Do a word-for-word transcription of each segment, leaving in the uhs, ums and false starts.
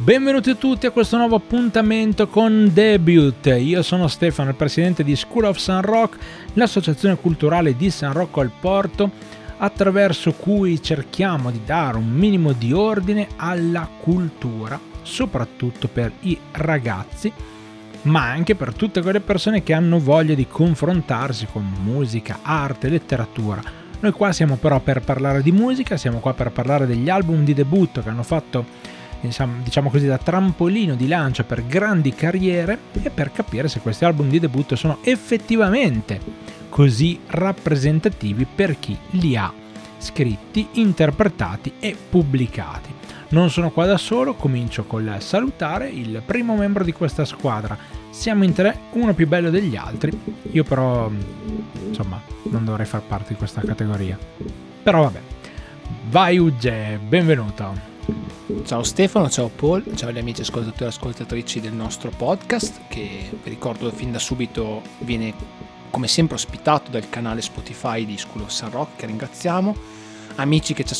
Benvenuti a tutti a questo nuovo appuntamento con Debut. Io sono Stefano, il presidente di School of San Roque, l'associazione culturale di San Rocco al Porto, attraverso cui cerchiamo di dare un minimo di ordine alla cultura, soprattutto per i ragazzi, ma anche per tutte quelle persone che hanno voglia di confrontarsi con musica, arte, letteratura. Noi qua siamo però per parlare di musica, siamo qua per parlare degli album di debutto che hanno fatto, diciamo così, da trampolino di lancio per grandi carriere e per capire se questi album di debutto sono effettivamente così rappresentativi per chi li ha scritti, interpretati e pubblicati. Non sono qua da solo, comincio col salutare il primo membro di questa squadra. Siamo in tre, uno più bello degli altri. Io però, insomma, non dovrei far parte di questa categoria. Però vabbè. Vai Ugge, benvenuto. Ciao Stefano, ciao Paul, ciao agli amici ascoltatori e ascoltatrici del nostro podcast, che vi ricordo fin da subito viene come sempre ospitato dal canale Spotify di School of San Roque, che ringraziamo. Amici che ci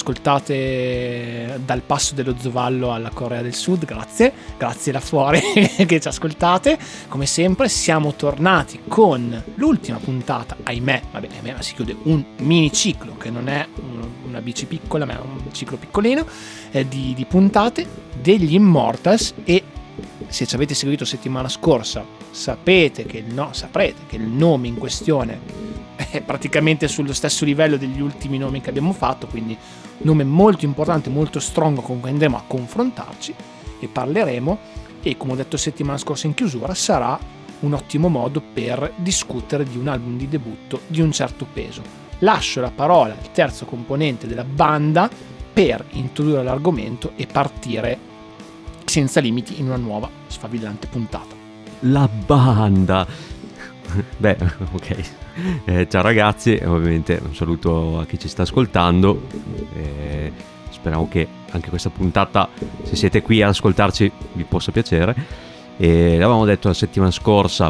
ascoltate dal passo dello Zovallo alla Corea del Sud, grazie, grazie là fuori che ci ascoltate. Come sempre siamo tornati con l'ultima puntata, ahimè, vabbè, ahimè, si chiude un mini ciclo che non è una bici piccola, ma è un ciclo piccolino eh, di, di puntate degli Immortals, e se ci avete seguito settimana scorsa sapete che il no, saprete che il nome in questione è praticamente sullo stesso livello degli ultimi nomi che abbiamo fatto, quindi un nome molto importante, molto strong con cui andremo a confrontarci e parleremo, e come ho detto settimana scorsa in chiusura sarà un ottimo modo per discutere di un album di debutto di un certo peso. Lascio la parola al terzo componente della banda per introdurre l'argomento e partire senza limiti in una nuova sfavillante puntata. La banda. Beh, ok. Eh, ciao ragazzi, ovviamente un saluto a chi ci sta ascoltando. Eh, speriamo che anche questa puntata, se siete qui ad ascoltarci, vi possa piacere. E l'avevamo detto la settimana scorsa,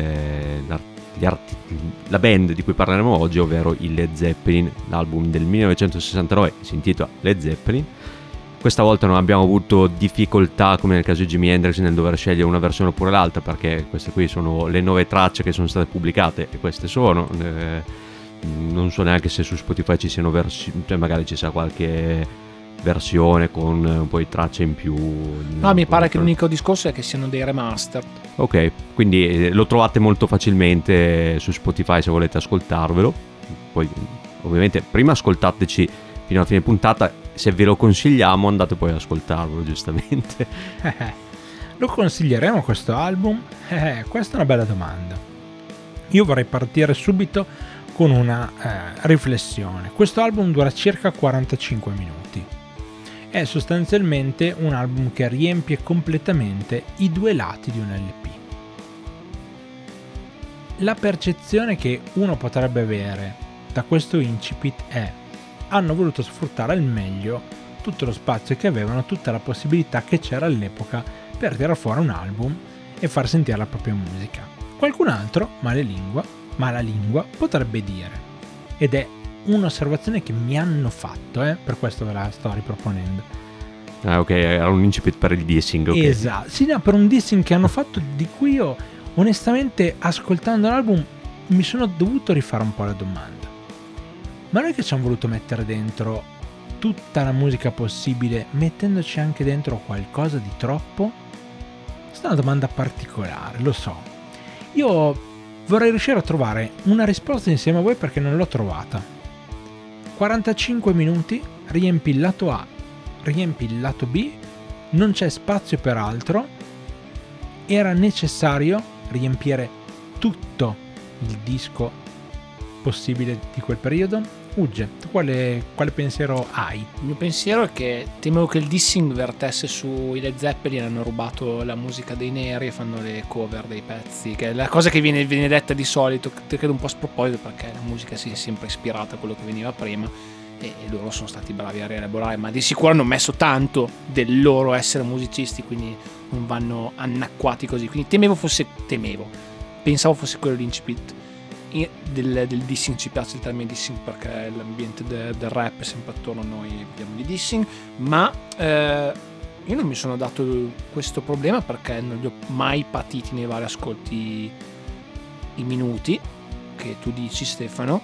eh, gli arti- la band di cui parleremo oggi, ovvero i Led Zeppelin. L'album del millenovecentosessantanove si intitola Led Zeppelin. Questa volta non abbiamo avuto difficoltà, come nel caso di Jimi Hendrix, nel dover scegliere una versione oppure l'altra, perché queste qui sono le nove tracce che sono state pubblicate, e queste sono. Eh, non so neanche se su Spotify ci siano versioni, cioè magari ci sia qualche versione con un po' di tracce in più. No, mi pare che l'unico discorso è che siano dei remaster. Ok, quindi eh, lo trovate molto facilmente su Spotify se volete ascoltarvelo. Poi ovviamente prima ascoltateci fino alla fine puntata. Se ve lo consigliamo, andate poi ad ascoltarlo, giustamente. Lo consiglieremo questo album? Eh, questa è una bella domanda. Io vorrei partire subito con una eh, riflessione. Questo album dura circa quarantacinque minuti. È sostanzialmente un album che riempie completamente i due lati di un L P. La percezione che uno potrebbe avere da questo incipit è: hanno voluto sfruttare al meglio tutto lo spazio che avevano, tutta la possibilità che c'era all'epoca per tirare fuori un album e far sentire la propria musica. Qualcun altro, malalingua, malalingua, potrebbe dire, ed è un'osservazione che mi hanno fatto, eh, per questo ve la sto riproponendo. Ah, ok, era un incipit per il dissing, ok. Esatto, sì, no, per un dissing che hanno fatto, di cui io, onestamente, ascoltando l'album, mi sono dovuto rifare un po' la domanda. Ma noi che ci hanno voluto mettere dentro tutta la musica possibile, mettendoci anche dentro qualcosa di troppo? Questa è una domanda particolare, lo so. Io vorrei riuscire a trovare una risposta insieme a voi, perché non l'ho trovata. quarantacinque minuti, riempi il lato A, riempi il lato B, non c'è spazio per altro. Era necessario riempire tutto il disco possibile di quel periodo? Ugge, tu quale, quale pensiero hai? Il mio pensiero è che temevo che il dissing vertesse sui Led Zeppelin, hanno rubato la musica dei neri e fanno le cover dei pezzi, che è la cosa che viene, viene detta di solito, che credo un po' a sproposito, perché la musica si è sempre ispirata a quello che veniva prima e, e loro sono stati bravi a rielaborare, ma di sicuro hanno messo tanto del loro essere musicisti, quindi non vanno annacquati così. Quindi temevo fosse, temevo, pensavo fosse quello l'incipit. Del, del dissing. Ci piace il termine dissing perché l'ambiente de, del rap è sempre attorno a noi, parliamo di dissing, ma eh, io non mi sono dato questo problema perché non li ho mai patiti nei vari ascolti i minuti che tu dici, Stefano,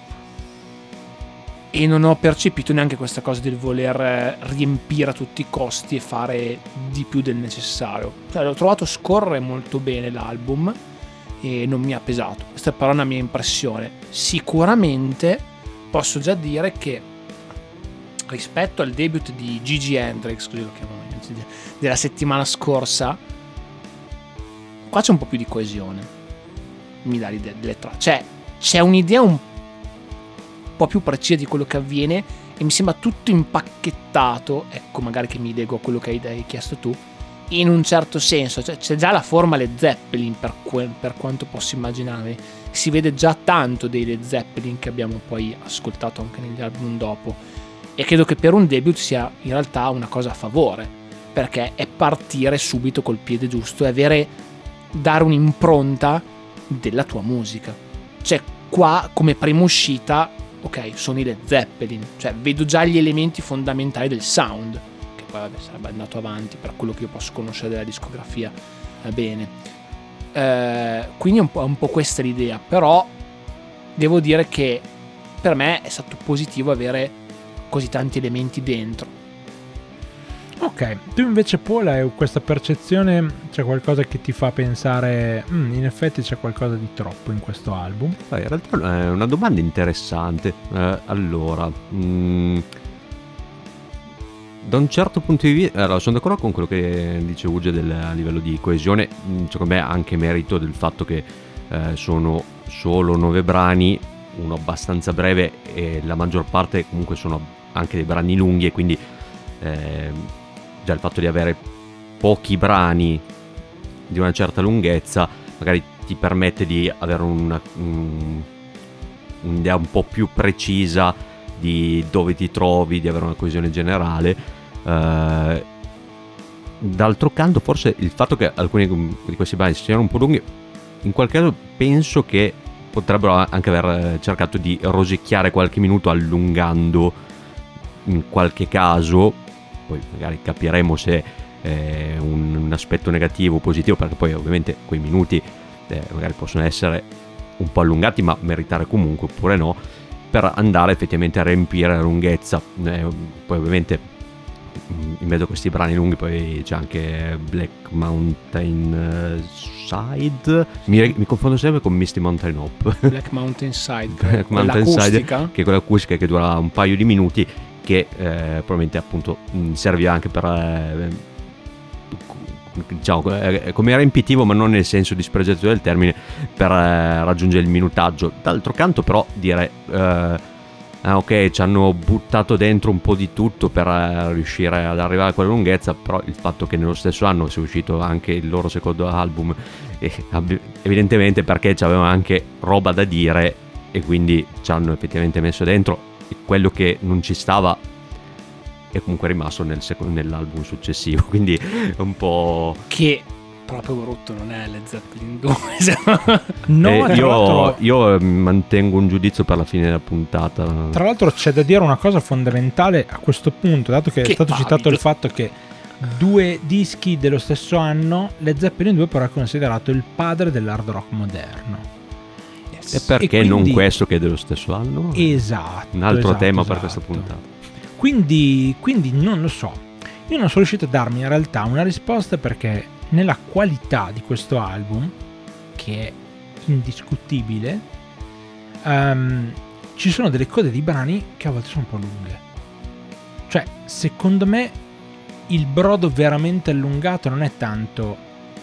e non ho percepito neanche questa cosa del voler riempire a tutti i costi e fare di più del necessario. Cioè, l'ho trovato scorrere molto bene l'album e non mi ha pesato. Questa è però una mia impressione. Sicuramente posso già dire che rispetto al debut di Gigi Hendrix, così lo chiamano, della settimana scorsa, qua c'è un po' più di coesione, mi dà l'idea delle tracce, cioè c'è un'idea un po' più precisa di quello che avviene e mi sembra tutto impacchettato, ecco, magari che mi lego a quello che hai chiesto tu, in un certo senso, cioè, c'è già la forma Led Zeppelin per, que- per quanto posso immaginare, si vede già tanto dei Led Zeppelin che abbiamo poi ascoltato anche negli album dopo, e credo che per un debut sia in realtà una cosa a favore, perché è partire subito col piede giusto e avere, dare un'impronta della tua musica. Cioè qua come prima uscita, ok, sono i Led Zeppelin, cioè vedo già gli elementi fondamentali del sound, che poi vabbè, sarebbe andato avanti per quello che io posso conoscere della discografia, va bene, eh, quindi è un po', un po' questa l'idea, però devo dire che per me è stato positivo avere così tanti elementi dentro. Ok, tu invece Paul hai questa percezione, c'è qualcosa che ti fa pensare mm, in effetti c'è qualcosa di troppo in questo album? Beh, in realtà è una domanda interessante. Eh, allora, mh, da un certo punto di vista, allora, sono d'accordo con quello che dice Uge del, a livello di coesione, mh, secondo me anche merito del fatto che eh, sono solo nove brani, uno abbastanza breve e la maggior parte comunque sono anche dei brani lunghi, e quindi eh, già il fatto di avere pochi brani di una certa lunghezza magari ti permette di avere una, un, un'idea un po' più precisa di dove ti trovi, di avere una coesione generale. Eh, d'altro canto forse il fatto che alcuni di questi brani siano un po' lunghi, in qualche caso penso che potrebbero anche aver cercato di rosicchiare qualche minuto allungando in qualche caso, poi magari capiremo se è un, un aspetto negativo o positivo, perché poi ovviamente quei minuti eh, magari possono essere un po' allungati ma meritare comunque oppure no, per andare effettivamente a riempire la lunghezza. Eh, poi ovviamente in mezzo a questi brani lunghi poi c'è anche Black Mountain Side, mi, mi confondo sempre con Misty Mountain Hop. Black Mountain Side, Black Mountain Side, che è quella acustica che dura un paio di minuti, che eh, probabilmente appunto serve anche per eh, diciamo eh, come riempitivo, ma non nel senso dispregiativo del termine, per eh, raggiungere il minutaggio. D'altro canto però dire eh, ah, ok, ci hanno buttato dentro un po' di tutto per eh, riuscire ad arrivare a quella lunghezza, però il fatto che nello stesso anno sia uscito anche il loro secondo album, eh, evidentemente perché c'avevano anche roba da dire e quindi ci hanno effettivamente messo dentro, e quello che non ci stava è comunque rimasto nel seco- nell'album successivo, quindi è un po' che proprio brutto non è Led Zeppelin due. No, eh, tra io, l'altro, io mantengo un giudizio per la fine della puntata. tra l'altro c'è da dire una cosa fondamentale a questo punto, dato che, Che è stato palle. citato il fatto che due dischi dello stesso anno, Led Zeppelin due però è considerato il padre dell'hard rock moderno. E perché E quindi, non questo che è dello stesso anno? Esatto. Un altro esatto, tema esatto. per questa puntata. Quindi, quindi non lo so. Io non sono riuscito a darmi in realtà una risposta, perché nella qualità di questo album, che è indiscutibile, um, ci sono delle code di brani che a volte sono un po' lunghe. Cioè, secondo me il brodo veramente allungato non è tanto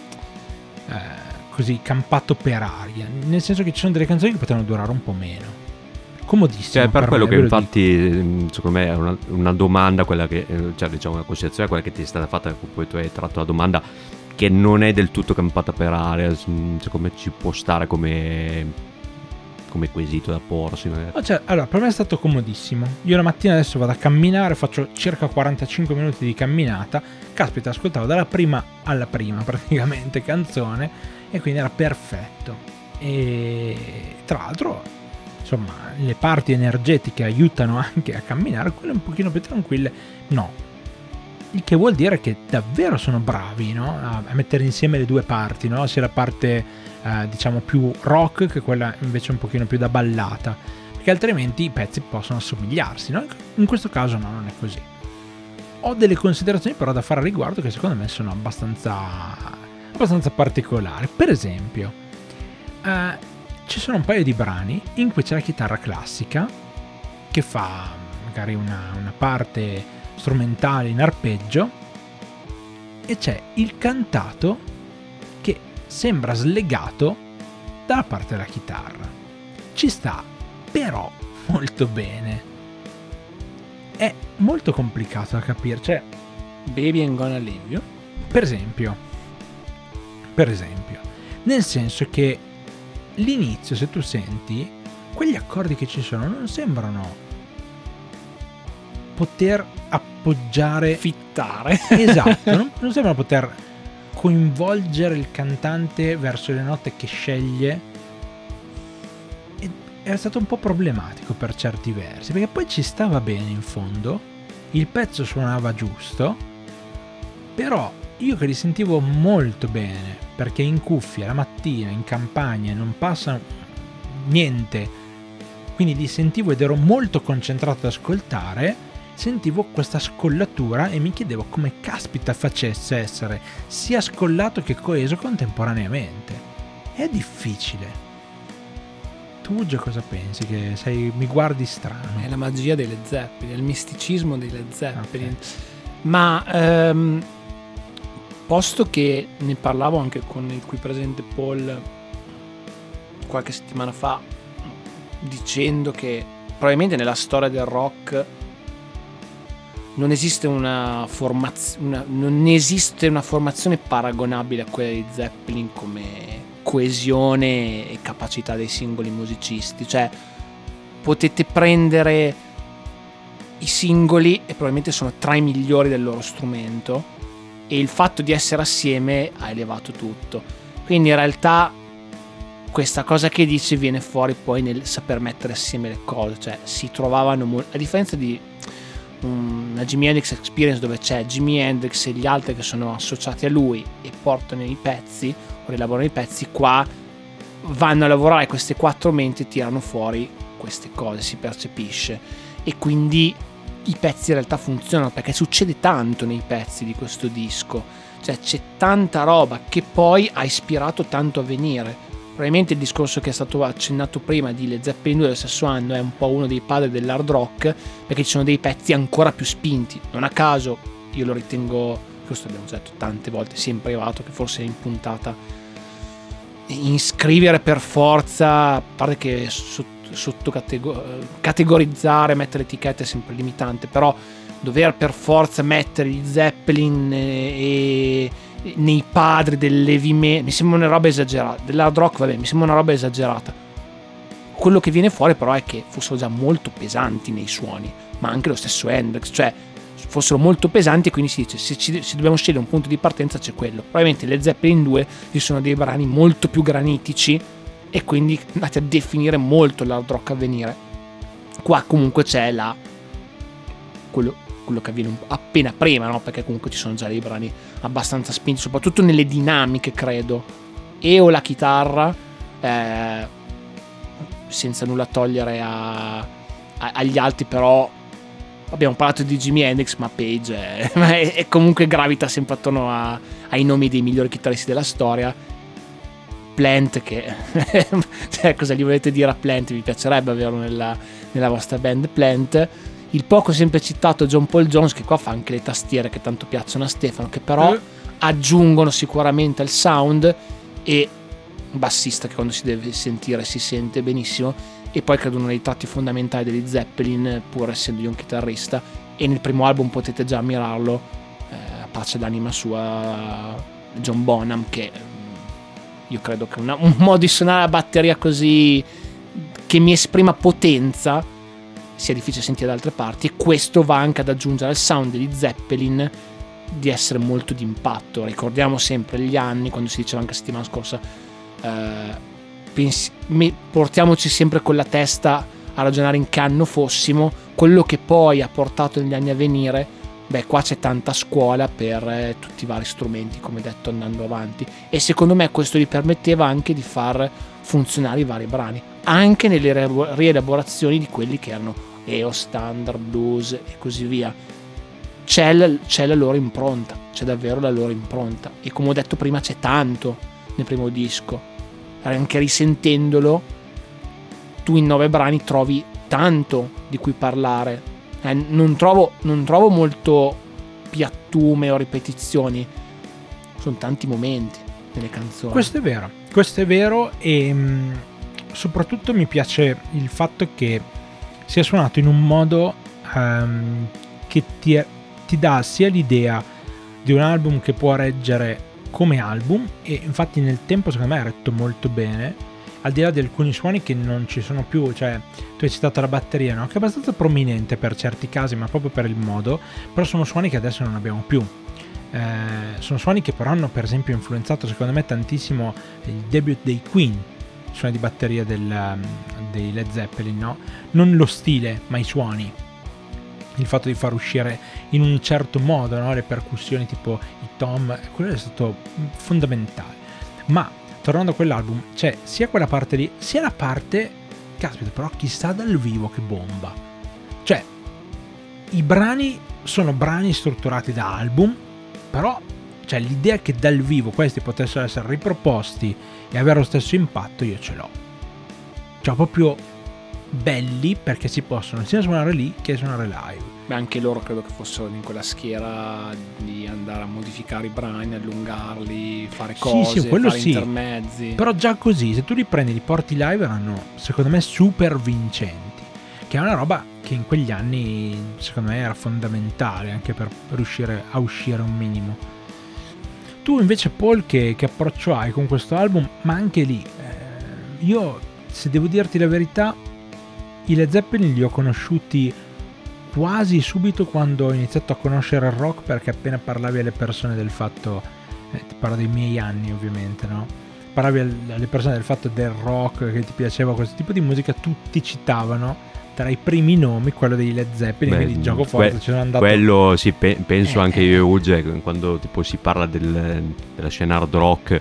eh, così campato per aria, nel senso che ci sono delle canzoni che potevano durare un po' meno. Comodissimo. Cioè, per, per quello me, che ve lo infatti secondo me è una, una domanda, quella che cioè diciamo una considerazione, quella che ti è stata fatta, poi tu hai tratto la domanda, che non è del tutto campata per aria, secondo me ci può stare come come quesito da porsi. Oh, cioè, allora, per me è stato comodissimo. Io la mattina adesso vado a camminare, faccio circa quarantacinque minuti di camminata, caspita, ascoltavo dalla prima alla prima praticamente canzone, e quindi era perfetto. E tra l'altro, insomma, le parti energetiche aiutano anche a camminare, quelle un pochino più tranquille no. il che vuol dire che davvero sono bravi, no? a, a mettere insieme le due parti, no? sia la parte eh, diciamo più rock che quella invece un pochino più da ballata, perché altrimenti i pezzi possono assomigliarsi, no? In questo caso no, non è così. Ho delle considerazioni però da fare a riguardo che secondo me sono abbastanza, abbastanza particolari. Per esempio, eh, ci sono un paio di brani in cui c'è la chitarra classica che fa magari una, una parte strumentale in arpeggio e c'è il cantato che sembra slegato dalla parte della chitarra. Ci sta però molto bene. È molto complicato da capire, cioè Baby I'm Gonna Leave You, per esempio per esempio nel senso che l'inizio, se tu senti quegli accordi che ci sono, non sembrano poter appoggiare, fittare, esatto, non, non sembrano poter coinvolgere il cantante verso le note che sceglie. È stato un po' problematico per certi versi, perché poi ci stava bene in fondo, il pezzo suonava giusto, però io che li sentivo molto bene, perché in cuffia la mattina in campagna non passa niente, quindi li sentivo ed ero molto concentrato ad ascoltare, sentivo questa scollatura e mi chiedevo come caspita facesse essere sia scollato che coeso contemporaneamente. È difficile. Tu già cosa pensi? Che sei, mi guardi strano. È la magia dei Led Zeppelin, è il misticismo dei Led Zeppelin. Okay. Ma ehm, posto che ne parlavo anche con il qui presente Paul qualche settimana fa, dicendo che probabilmente nella storia del rock non esiste una formazione, non esiste una formazione paragonabile a quella di Zeppelin come coesione e capacità dei singoli musicisti. Cioè potete prendere i singoli e probabilmente sono tra i migliori del loro strumento, e il fatto di essere assieme ha elevato tutto. Quindi in realtà questa cosa che dici viene fuori poi nel saper mettere assieme le cose. Cioè si trovavano mo- a differenza di una Jimi Hendrix Experience dove c'è Jimi Hendrix e gli altri che sono associati a lui e portano i pezzi o rielaborano i pezzi, qua vanno a lavorare queste quattro menti e tirano fuori queste cose, si percepisce, e quindi i pezzi in realtà funzionano perché succede tanto nei pezzi di questo disco, cioè c'è tanta roba che poi ha ispirato tanto a venire. Probabilmente il discorso che è stato accennato prima di Led Zeppelin due dello stesso anno è un po' uno dei padri dell'hard rock, perché ci sono dei pezzi ancora più spinti. Non a caso io lo ritengo, questo abbiamo detto tante volte sia in privato che forse in puntata, iscrivere per forza, a parte che sotto, sotto categor- categorizzare, mettere etichette è sempre limitante, però dover per forza mettere gli Zeppelin e, e nei padri dell'heavy metal mi sembra una roba esagerata. Dell'hard rock vabbè, mi sembra una roba esagerata. Quello che viene fuori però è che fossero già molto pesanti nei suoni, ma anche lo stesso Hendrix, cioè fossero molto pesanti, e quindi si dice se, ci, se dobbiamo scegliere un punto di partenza c'è quello. Probabilmente le Zeppelin due ci sono dei brani molto più granitici e quindi andate a definire molto l'hard rock a venire. Qua comunque c'è la quello, quello che avviene appena prima, no? Perché comunque ci sono già dei brani abbastanza spinti, soprattutto nelle dinamiche, credo, e o la chitarra, eh, senza nulla togliere a, a, agli altri, però abbiamo parlato di Jimi Hendrix, ma Page è, è, è comunque gravita sempre attorno a, ai nomi dei migliori chitarristi della storia. Plant, che cioè, cosa gli volete dire a Plant? Vi piacerebbe averlo nella, nella vostra band Plant. Il poco sempre citato John Paul Jones, che qua fa anche le tastiere che tanto piacciono a Stefano, che però eh. aggiungono sicuramente al sound, e un bassista che quando si deve sentire si sente benissimo, e poi credo uno dei tratti fondamentali degli Zeppelin, pur essendo un chitarrista, e nel primo album potete già ammirarlo, eh, pace d'anima sua, John Bonham, che io credo che una, un modo di suonare la batteria così che mi esprima potenza sia difficile sentire da altre parti, e questo va anche ad aggiungere al sound degli Zeppelin di essere molto d'impatto. Ricordiamo sempre gli anni, quando si diceva anche settimana scorsa, eh, pensi, me, portiamoci sempre con la testa a ragionare in che anno fossimo. Quello che poi ha portato negli anni a venire beh, qua c'è tanta scuola per eh, tutti i vari strumenti, come detto, andando avanti, e secondo me questo gli permetteva anche di far funzionare i vari brani, anche nelle re- rielaborazioni di quelli che erano E O, standard, blues e così via. C'è la, c'è la loro impronta, c'è davvero la loro impronta, e come ho detto prima c'è tanto nel primo disco, anche risentendolo tu in nove brani trovi tanto di cui parlare, eh, non trovo, non trovo molto piattume o ripetizioni, sono tanti momenti nelle canzoni. Questo è vero, questo è vero, e mh, soprattutto mi piace il fatto che sia suonato in un modo um, che ti, è, ti dà sia l'idea di un album che può reggere come album, e infatti nel tempo secondo me ha retto molto bene, al di là di alcuni suoni che non ci sono più. Cioè, tu hai citato la batteria, no? Che è abbastanza prominente per certi casi, ma proprio per il modo, però sono suoni che adesso non abbiamo più. Eh, sono suoni che però hanno per esempio influenzato secondo me tantissimo il debut dei Queen, suoni di batteria del, dei Led Zeppelin, no? Non lo stile, ma i suoni, il fatto di far uscire in un certo modo, no? Le percussioni tipo i tom, quello è stato fondamentale. Ma tornando a quell'album, c'è sia quella parte lì, sia la parte, caspita, però chissà dal vivo che bomba. Cioè, i brani sono brani strutturati da album, però cioè l'idea che dal vivo questi potessero essere riproposti e avere lo stesso impatto, io ce l'ho. Cioè, proprio belli, perché si possono sia suonare lì che suonare live. Beh, anche loro credo che fossero in quella schiera di andare a modificare i brani, allungarli, fare cose, sì, sì, quello fare sì. intermezzi. Però già così, se tu li prendi, li porti live, erano secondo me super vincenti, che è una roba che in quegli anni secondo me era fondamentale anche per riuscire a uscire un minimo. Tu invece, Paul, che, che approccio hai con questo album? Ma anche lì, eh, io, se devo dirti la verità, i Led Zeppelin li ho conosciuti quasi subito quando ho iniziato a conoscere il rock, perché appena parlavi alle persone del fatto, eh, ti parlo dei miei anni ovviamente, no? Parlavi alle persone del fatto del rock, che ti piaceva questo tipo di musica, tutti citavano tra i primi nomi quello dei Led Zeppelin. Beh, quindi gioco forte, que- ci sono andato. Quello sì, pe- penso eh, anche eh. io e Uge, quando tipo si parla del, della scena hard rock,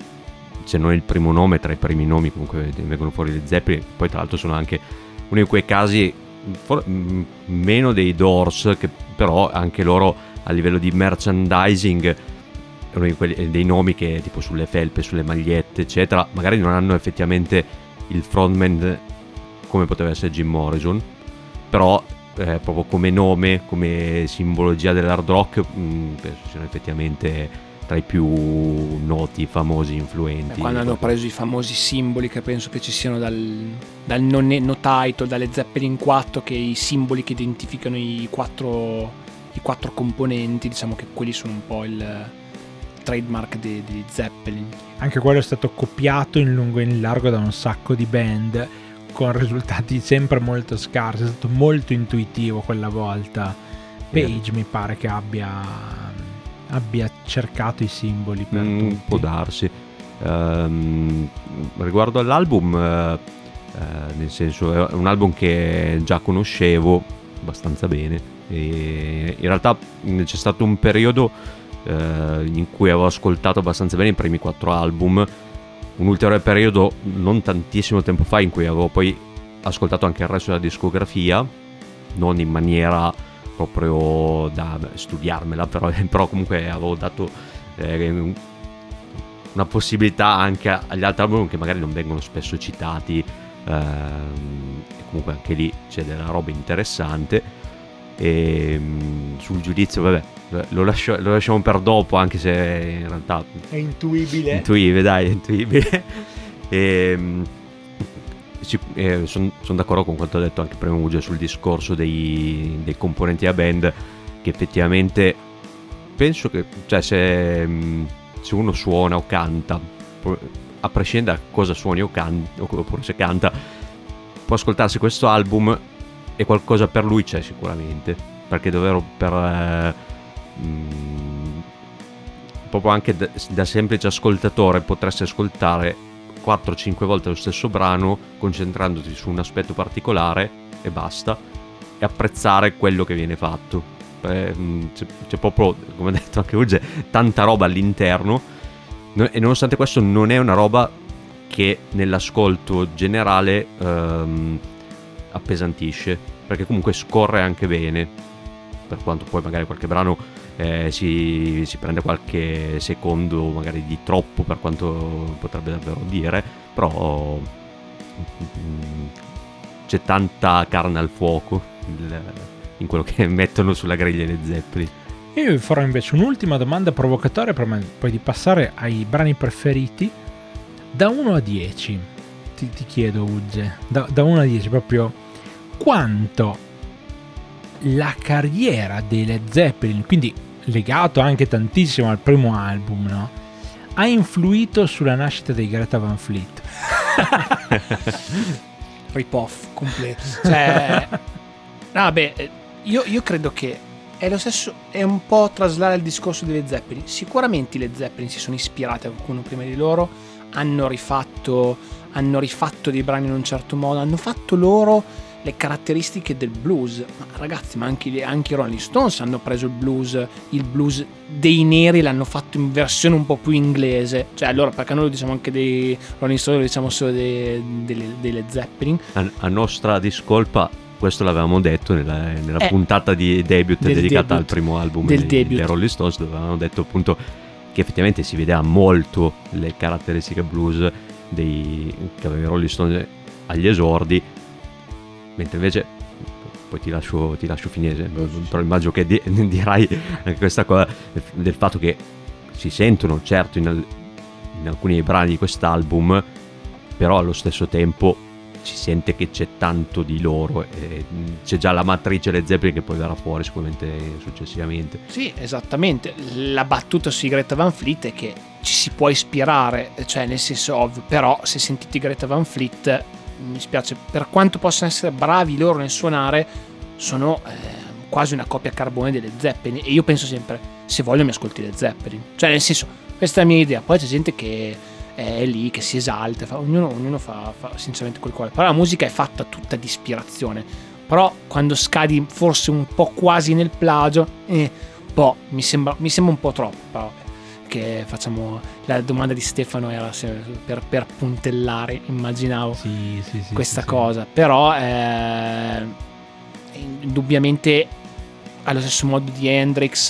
se non il primo nome, tra i primi nomi comunque vengono fuori Led Zeppelin. Poi tra l'altro sono anche uno di quei casi, for- meno dei Doors, che però anche loro a livello di merchandising uno di quelli, dei nomi che tipo sulle felpe, sulle magliette eccetera, magari non hanno effettivamente il frontman come poteva essere Jim Morrison, però eh, proprio come nome, come simbologia dell'hard rock, mh, penso siano effettivamente tra i più noti, famosi, influenti. Beh, quando hanno preso i famosi simboli che penso che ci siano dal, dal no, no title, dalle Zeppelin quattro, che i simboli che identificano i quattro, i quattro componenti, diciamo che quelli sono un po' il trademark di, di Zeppelin. Anche quello è stato copiato in lungo e in largo da un sacco di band, con risultati sempre molto scarsi. È stato molto intuitivo quella volta. Page, mi pare che abbia abbia cercato i simboli per mm, tutti. Può darsi. Um, riguardo all'album, uh, uh, nel senso, è un album che già conoscevo abbastanza bene, e in realtà c'è stato un periodo uh, in cui avevo ascoltato abbastanza bene i primi quattro album, un ulteriore periodo non tantissimo tempo fa in cui avevo poi ascoltato anche il resto della discografia, non in maniera proprio da studiarmela, però, però comunque avevo dato eh, una possibilità anche agli altri album che magari non vengono spesso citati, ehm, e comunque anche lì c'è della roba interessante. E mh, sul giudizio, vabbè, lo, lascio, lo lasciamo per dopo, anche se in realtà è intuibile. Intuibile, dai, è intuibile. E mh, Eh, sono son d'accordo con quanto ha detto anche prima Uge sul discorso dei, dei componenti della band, che effettivamente penso che, cioè, se, se uno suona o canta, a prescindere da cosa suoni o canta, oppure se canta, può ascoltarsi questo album e qualcosa per lui c'è sicuramente, perché davvero per eh, mh, proprio anche da, da semplice ascoltatore potresti ascoltare quattro cinque volte lo stesso brano, concentrandoti su un aspetto particolare e basta, e apprezzare quello che viene fatto. c'è, c'è proprio, come ha detto anche Uge, tanta roba all'interno, e nonostante questo non è una roba che nell'ascolto generale ehm, appesantisce, perché comunque scorre anche bene, per quanto poi magari qualche brano eh, si, si prende qualche secondo magari di troppo per quanto potrebbe davvero dire, però mm, c'è tanta carne al fuoco il, in quello che mettono sulla griglia le Zeppelin. Io vi farò invece un'ultima domanda provocatoria prima poi di passare ai brani preferiti. Da uno a dieci ti, ti chiedo, Uge, da, da uno a dieci proprio quanto la carriera dei Led Zeppelin, quindi legato anche tantissimo al primo album, no? Ha influito sulla nascita di Greta Van Fleet. Rip-off completo. Cioè, no, beh, io, io credo che è lo stesso, è un po' traslare il discorso delle Zeppelin. Sicuramente le Zeppelin si sono ispirate a qualcuno prima di loro, hanno rifatto, hanno rifatto dei brani in un certo modo, hanno fatto loro le caratteristiche del blues. Ma ragazzi, ma anche, anche i Rolling Stones hanno preso il blues, il blues dei neri, l'hanno fatto in versione un po' più inglese. Cioè, allora, perché noi lo diciamo anche dei Rolling Stones, lo diciamo solo dei, delle, delle Zeppelin. A, a nostra discolpa, questo l'avevamo detto nella, nella eh, puntata di debut dedicata debut, al primo album del dei, dei Rolling Stones, dove avevamo detto appunto che effettivamente si vedeva molto le caratteristiche blues dei, che aveva i Rolling Stones agli esordi, mentre invece poi ti lascio, ti lascio finire, però immagino che di, dirai anche questa cosa del fatto che si sentono certo in, al, in alcuni brani di quest'album, però allo stesso tempo si sente che c'è tanto di loro, e c'è già la matrice Led Zeppelin che poi verrà fuori sicuramente successivamente. Sì, esattamente. La battuta su Greta Van Fleet è che ci si può ispirare, cioè nel senso ovvio, però se sentite Greta Van Fleet, mi spiace, per quanto possano essere bravi loro nel suonare, sono eh, quasi una copia carbone delle Zeppelin, e io penso sempre, se voglio mi ascolti le Zeppelin, cioè nel senso, questa è la mia idea. Poi c'è gente che è lì, che si esalta, fa, ognuno, ognuno fa, fa sinceramente quel cuore, però la musica è fatta tutta di ispirazione, però quando scadi forse un po' quasi nel plagio, eh, un po' mi sembra, mi sembra un po' troppo, però che facciamo, la domanda di Stefano era per, per puntellare, immaginavo sì, sì, sì, questa sì, cosa, sì. Però eh, indubbiamente allo stesso modo di Hendrix,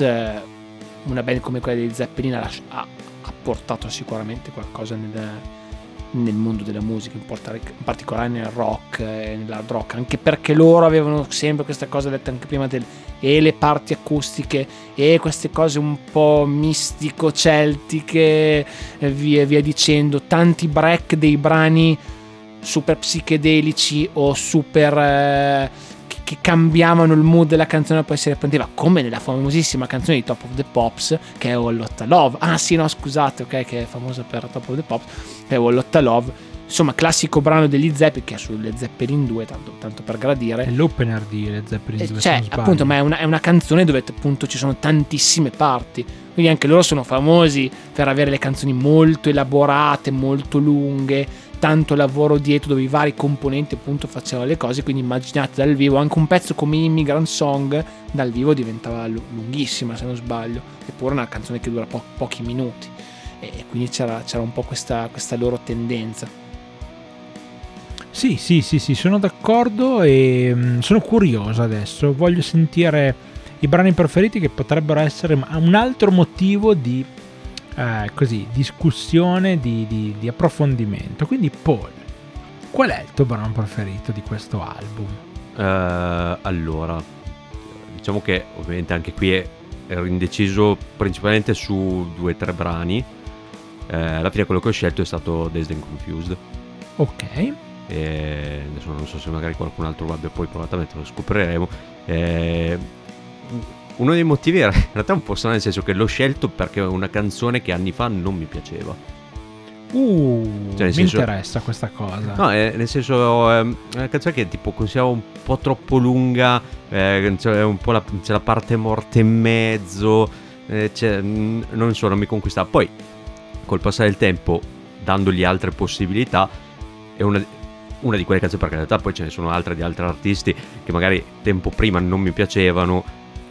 una band come quella dei Zeppelin ha, ha, ha portato sicuramente qualcosa nel, nel mondo della musica, in, portare, in particolare nel rock e nell'hard rock, anche perché loro avevano sempre questa cosa detta anche prima del, e le parti acustiche e queste cose un po' mistico celtiche e via, via dicendo, tanti break dei brani super psichedelici o super eh, che, che cambiavano il mood della canzone, poi si riprendeva, come nella famosissima canzone di Top of the Pops che è All Lotta Love. Ah sì, no scusate, ok, che è famosa per Top of the Pops, che è All Lotta Love, insomma classico brano degli Zeppelin, che è sulle Zeppelin due, tanto, tanto per gradire, è l'opener di Led Zeppelin due, cioè appunto, ma è una, è una canzone dove appunto ci sono tantissime parti, quindi anche loro sono famosi per avere le canzoni molto elaborate, molto lunghe, tanto lavoro dietro dove i vari componenti appunto facevano le cose, quindi immaginate dal vivo anche un pezzo come Immigrant Song dal vivo diventava lunghissima, se non sbaglio, eppure una canzone che dura po- pochi minuti, e quindi c'era, c'era un po' questa, questa loro tendenza. Sì, sì, sì, sì, sono d'accordo, e mh, sono curioso adesso, voglio sentire i brani preferiti, che potrebbero essere un altro motivo di eh, così discussione, di, di, di approfondimento. Quindi Paul, qual è il tuo brano preferito di questo album? Uh, allora, diciamo che ovviamente anche qui è, ero indeciso principalmente su due o tre brani. Uh, alla fine quello che ho scelto è stato Dazed and Confused. Ok. E adesso non so se magari qualcun altro abbia poi provato a metterlo, lo scopriremo. E uno dei motivi era in realtà un po' strano, nel senso che l'ho scelto perché è una canzone che anni fa non mi piaceva. Uh, cioè, mi senso, interessa questa cosa. No, è, nel senso è una canzone che tipo consideravo un po' troppo lunga, eh, c'è un po' la, c'è la parte morte in mezzo, eh, c'è, non so, non mi conquistava. Poi col passare del tempo, dandogli altre possibilità, è una una di quelle canzoni, perché in realtà poi ce ne sono altre di altri artisti che magari tempo prima non mi piacevano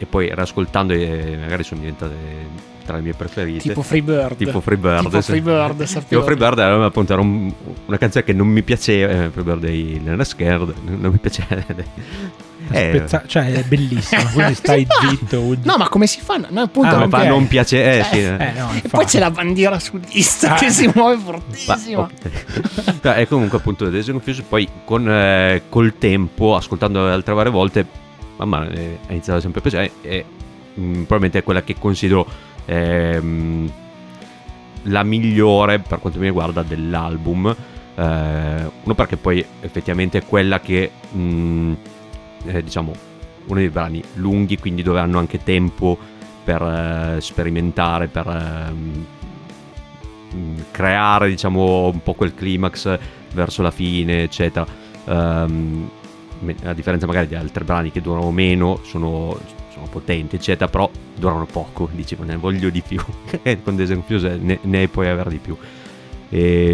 e poi riascoltando e magari sono diventate tra le mie preferite, tipo Freebird tipo Freebird tipo Freebird tipo Freebird era, appunto, era un, una canzone che non mi piaceva, eh, Freebird dei Lena Scared non mi piaceva, eh, Spezza- cioè è bellissimo, quindi stai zitto Woody. no, ma come si fa? No, appunto, Ah, non, ok. non piace, eh, sì, Eh, no, e infatti. poi c'è la bandiera sudista Ah. che si muove Ma, fortissimo. ok. E comunque appunto Days and Confused poi con, eh, col tempo, ascoltando altre varie volte, man mano eh, è iniziato sempre a piacere e mh, probabilmente è quella che considero ehm, la migliore per quanto mi riguarda dell'album, eh, uno perché poi effettivamente è quella che mh, eh, diciamo uno dei brani lunghi, quindi dove hanno anche tempo per eh, sperimentare, per ehm, creare diciamo un po' quel climax verso la fine eccetera, um, a differenza magari di altri brani che durano meno, sono, sono potenti eccetera, però durano poco, dicevo ne voglio di più e con Days and Confused ne, ne puoi avere di più e,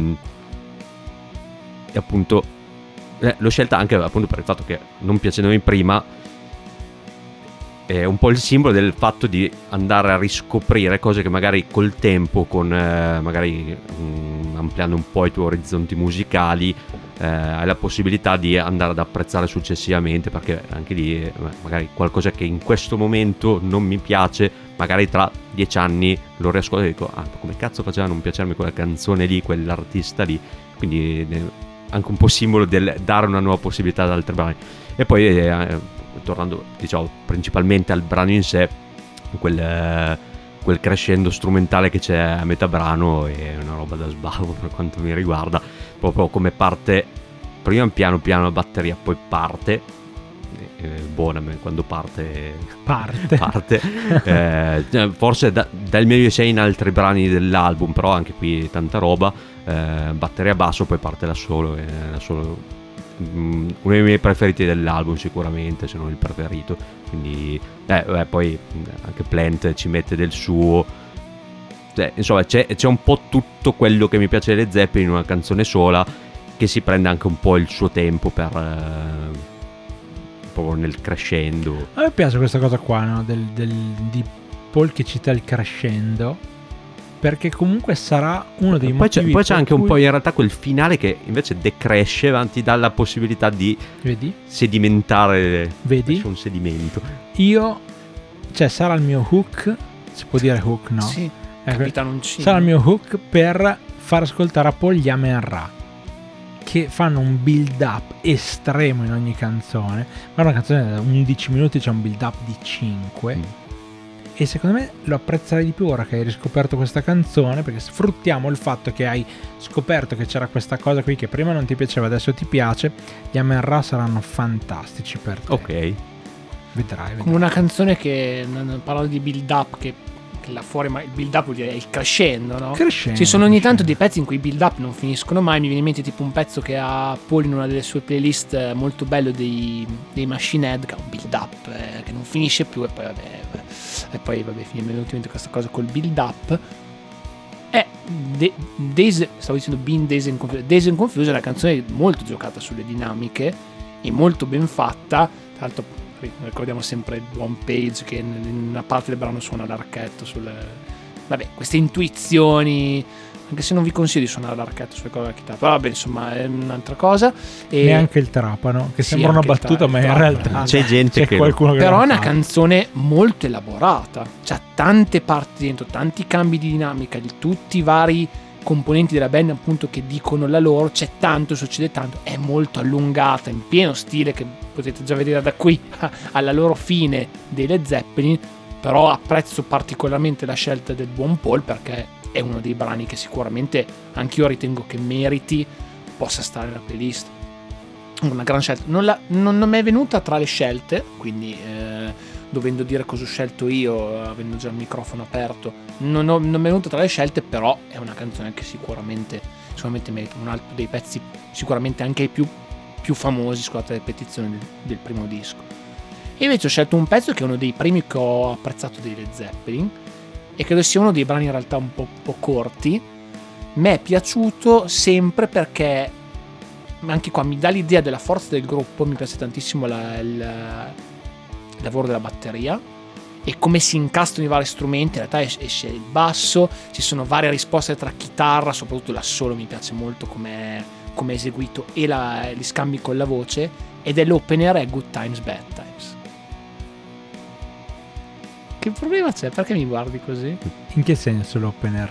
e appunto eh, l'ho scelta anche appunto per il fatto che non piacevano prima, è un po' il simbolo del fatto di andare a riscoprire cose che magari col tempo, con eh, magari mh, ampliando un po' i tuoi orizzonti musicali, eh, hai la possibilità di andare ad apprezzare successivamente, perché anche lì eh, magari qualcosa che in questo momento non mi piace, magari tra dieci anni lo riascolto e dico ah, come cazzo faceva a non piacermi quella canzone lì, quell'artista lì, quindi eh, anche un po' simbolo del dare una nuova possibilità ad altri brani. E poi eh, tornando diciamo principalmente al brano in sé, quel, eh, quel crescendo strumentale che c'è a metà brano è una roba da sballo per quanto mi riguarda, proprio come parte prima piano piano la batteria, poi parte eh, buona quando parte Parte, parte. eh, forse da, dal meglio sei in altri brani dell'album, però anche qui tanta roba, eh, batteria basso, poi parte da solo, eh, da solo um, uno dei miei preferiti dell'album sicuramente, se non il preferito, quindi eh, beh, poi anche Plant ci mette del suo, eh, insomma c'è, c'è un po' tutto quello che mi piace delle Zeppelin in una canzone sola, che si prende anche un po' il suo tempo per eh, proprio nel crescendo. A me piace questa cosa qua, no? del, del, di Paul che cita il crescendo, perché comunque sarà uno dei poi c'è, motivi poi c'è anche per un cui- po' in realtà quel finale che invece decresce, ti dà la possibilità di vedi? sedimentare, Vedi? c'è un sedimento. Io, cioè sarà il mio hook, si può dire hook, no? Sì, Ecco, Capitanoncino. sarà il mio hook per far ascoltare a Paul gli Amen Ra, che fanno un build up estremo in ogni canzone, ma una canzone da undici minuti c'è un build up di cinque, Mm. e secondo me lo apprezzerai di più ora che hai riscoperto questa canzone, perché sfruttiamo il fatto che hai scoperto che c'era questa cosa qui che prima non ti piaceva, adesso ti piace. Gli Amen Ra saranno fantastici per te. Ok. Vedrai, vedrai. Come una canzone che non parlo di build up, che, che là fuori, ma il build up vuol dire il crescendo, no? Crescendo, Ci sono ogni crescendo. tanto dei pezzi in cui i build up non finiscono mai. Mi viene in mente tipo un pezzo che ha Paul in una delle sue playlist eh, molto bello dei, dei Machine Head, che ha un build up eh, che non finisce più, e poi vabbè, vabbè. e poi vabbè mi è venuta in mente questa cosa col build up. È De- Days, stavo dicendo Being Days and Confused. Days and Confused è una canzone molto giocata sulle dinamiche e molto ben fatta. Tra l'altro ricordiamo sempre il One Page che in una parte del brano suona l'archetto sul... vabbè, queste intuizioni, anche se non vi consiglio di suonare l'archetto sulle corde della chitarra, però vabbè, insomma è un'altra cosa. E Neanche il trapano, che Sì, sembra una anche il battuta, tra- ma il in trapano. realtà C'è gente c'è che qualcuno che però l'ha è una fatto. canzone molto elaborata, c'ha tante parti dentro, tanti cambi di dinamica di tutti i vari componenti della band appunto che dicono la loro, c'è tanto, succede tanto, è molto allungata, in pieno stile, che potete già vedere da qui alla loro fine dei Led Zeppelin. Però apprezzo particolarmente la scelta del buon Paul, perché è uno dei brani che sicuramente anch'io ritengo che meriti possa stare nella playlist. Una gran scelta, non, la, non, non mi è venuta tra le scelte, quindi eh, dovendo dire cosa ho scelto io, avendo già il microfono aperto, non, ho, non mi è venuta tra le scelte, però è una canzone che sicuramente, sicuramente merita, un altro dei pezzi sicuramente anche i più, più famosi, scusate le ripetizioni del, del primo disco. E invece ho scelto un pezzo che è uno dei primi che ho apprezzato dei Led Zeppelin e credo sia uno dei brani in realtà un po', un po' corti. Mi è piaciuto sempre perché anche qua mi dà l'idea della forza del gruppo, mi piace tantissimo la, la, il lavoro della batteria e come si incastrano i vari strumenti. In realtà esce il basso, ci sono varie risposte tra chitarra, soprattutto l'assolo mi piace molto come è eseguito, e la, gli scambi con la voce, ed è l'opener è Good Times Bad Times. Che problema c'è? Perché mi guardi così? In che senso l'opener?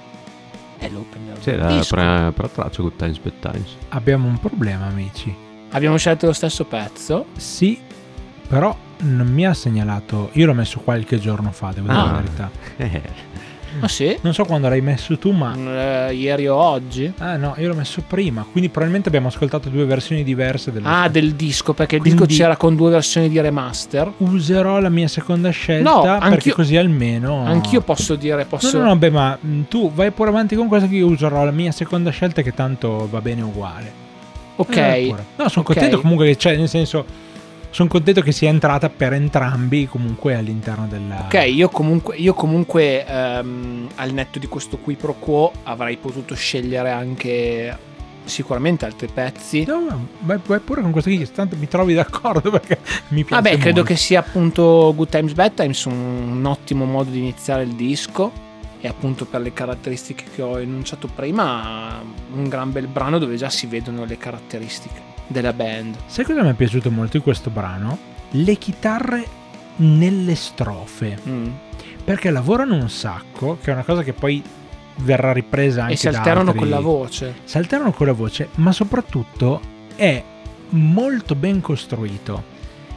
È l'opener Sì, del la disco. pre, pre traccia Good Times Bad Times. Abbiamo un problema, amici. Abbiamo scelto lo stesso pezzo. Sì, però non mi ha segnalato. Io l'ho messo qualche giorno fa, devo dire Ah. la verità. Eh, Ah sì? Non so quando l'hai messo tu, ma Eh, ieri o oggi? ah no, io l'ho messo prima, quindi probabilmente abbiamo ascoltato due versioni diverse dello Ah, stesso. del disco, perché il Quindi- disco c'era con due versioni di remaster. Userò la mia seconda scelta No, perché anch'io- così almeno Anch'io posso dire, posso... No, no, no, beh, ma mh, tu vai pure avanti con questo, che io userò la mia seconda scelta, che tanto va bene uguale. Ok. Eh, pure. No, sono ok. contento comunque che c'è, nel senso, sono contento che sia entrata per entrambi comunque all'interno della... Ok, io comunque, io comunque ehm, al netto di questo qui pro quo avrei potuto scegliere anche sicuramente altri pezzi. No, no, vai, vai pure con questo qui, tanto mi trovi d'accordo perché mi piace Vabbè, credo molto. che sia appunto Good Times Bad Times un, un ottimo modo di iniziare il disco, e appunto per le caratteristiche che ho enunciato prima un gran bel brano dove già si vedono le caratteristiche della band. Sai cosa mi è piaciuto molto di questo brano? Le chitarre nelle strofe, Mm. perché lavorano un sacco, che è una cosa che poi verrà ripresa anche E si da alternano altri- con la voce. si alternano con la voce, ma soprattutto è molto ben costruito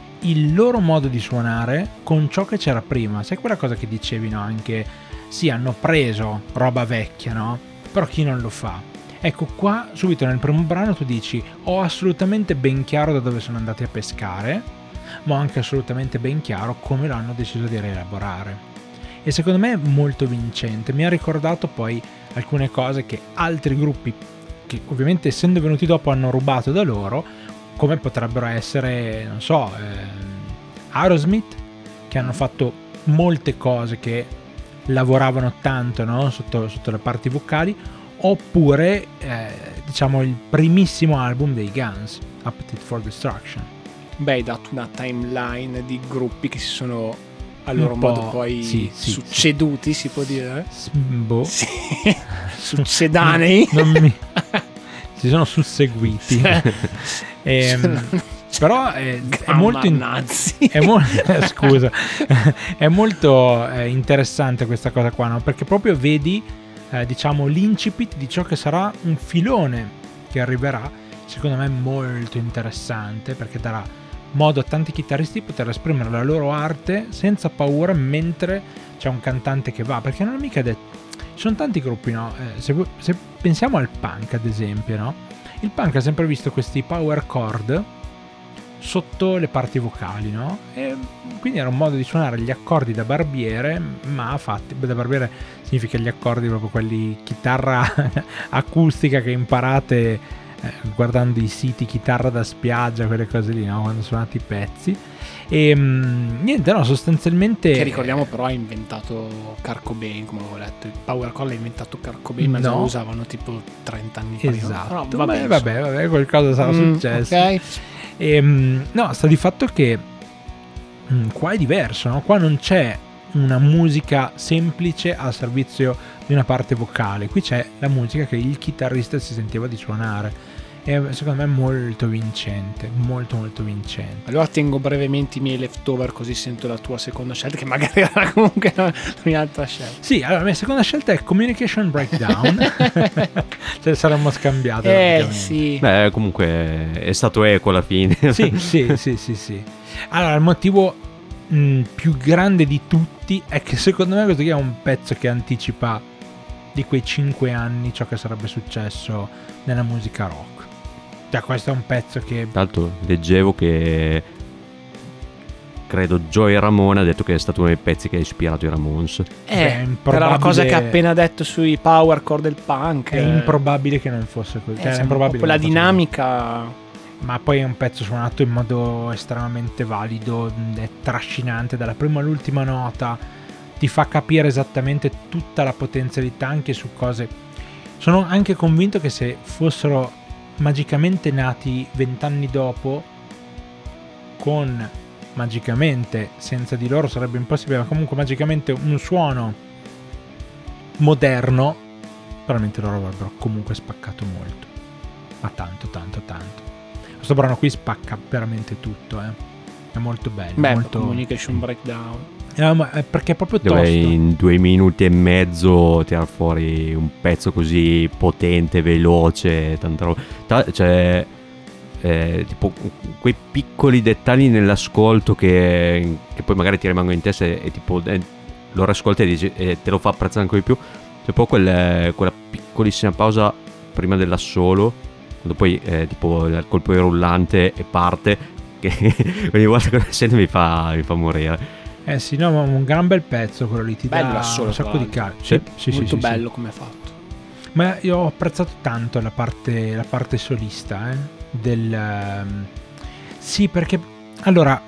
il loro modo di suonare con ciò che c'era prima. Sai quella cosa che dicevi, no? Anche sì, hanno preso roba vecchia, no? Però chi non lo fa? Ecco, qua subito nel primo brano tu dici: ho assolutamente ben chiaro da dove sono andati a pescare, ma ho anche assolutamente ben chiaro come l'hanno deciso di rielaborare. E secondo me è molto vincente. Mi ha ricordato poi alcune cose che altri gruppi, che ovviamente essendo venuti dopo hanno rubato da loro, come potrebbero essere, non so, ehm, Aerosmith, che hanno fatto molte cose che lavoravano tanto, no? sotto, sotto le parti vocali, oppure eh, diciamo il primissimo album dei Guns, Appetite for Destruction. Beh, hai dato una timeline di gruppi che si sono a loro Un po', modo poi sì, sì, succeduti, si può dire? S- boh. Sì. Succedanei. Non mi... si sono susseguiti. Ehm, però è, è molto in- Nazi. è mo- scusa è molto eh, interessante questa cosa qua, no? Perché proprio vedi eh, diciamo l'incipit di ciò che sarà un filone che arriverà, secondo me molto interessante, perché darà modo a tanti chitarristi di poter esprimere la loro arte senza paura mentre c'è un cantante che va, perché non è mica detto. Ci sono tanti gruppi, no? Eh, se, se pensiamo al punk, ad esempio, no? Il punk ha sempre visto questi power chord sotto le parti vocali, no? E quindi era un modo di suonare gli accordi da barbiere, ma fatti da barbiere significa gli accordi proprio quelli chitarra acustica che imparate eh, guardando i siti chitarra da spiaggia, quelle cose lì, no? Quando suonate i pezzi. E mh, niente, no, sostanzialmente Che ricordiamo però ha inventato Kurt Cobain, come avevo letto. Il power chord l'ha inventato Kurt Cobain, ma già No. lo usavano tipo trenta anni prima. esatto. Però Beh, vabbè, vabbè, vabbè, qualcosa sarà Mm, successo. ok. E, mh, no, sta di fatto che mh, qua è diverso, no? Qua non c'è una musica semplice al servizio di una parte vocale, qui c'è la musica che il chitarrista si sentiva di suonare, e secondo me è molto vincente, molto molto vincente. Allora tengo brevemente i miei leftover, così sento la tua seconda scelta, che magari era comunque la mia altra scelta. Sì, allora la mia seconda scelta è Communication Breakdown. Ce le saremmo scambiate Eh praticamente. sì. Beh, comunque è stato eco alla fine. Sì, sì, sì, sì, sì. Allora, il motivo mh, più grande di tutti è che secondo me questo qui è un pezzo che anticipa di quei cinque anni ciò che sarebbe successo nella musica rock. Cioè, questo è un pezzo che... Tra l'altro leggevo che credo Joey Ramone ha detto che è stato uno dei pezzi che ha ispirato i Ramones. Beh, è Eh, era improbabile- la cosa che ha appena detto sui power chord del punk. È improbabile che non fosse così. Eh, Cioè, è sì, improbabile quella che non fosse dinamica. così. Ma poi è un pezzo suonato in modo estremamente valido, è trascinante dalla prima all'ultima nota, ti fa capire esattamente tutta la potenzialità anche su cose. Sono anche convinto che se fossero magicamente nati vent'anni dopo con magicamente senza di loro sarebbe impossibile, ma comunque magicamente un suono moderno, probabilmente loro avrebbero comunque spaccato molto, ma tanto tanto tanto. Questo brano qui spacca veramente tutto, eh. È molto bello. Beh, molto... Communication Breakdown. Eh, ma è perché è proprio dove tosto. In due minuti e mezzo tirar fuori un pezzo così potente, veloce, tanta roba. Ta- cioè, eh, tipo quei piccoli dettagli nell'ascolto che, che poi magari ti rimangono in testa e, e tipo eh, lo ascolti e, dici, e te lo fa apprezzare ancora di più. C'è poi quel, quella piccolissima pausa prima dell'assolo, quando poi eh, tipo il colpo di rullante e parte, che ogni volta che lo sento mi fa, mi fa morire. Eh sì, no, ma un gran bel pezzo quello lì, ti Bello dà l'assolo, un sacco tra di l'altro. calcio. Sì, sì, Molto sì, sì, bello sì. come è fatto. Ma io ho apprezzato tanto la parte, la parte solista, eh, del... Um, sì, perché... Allora,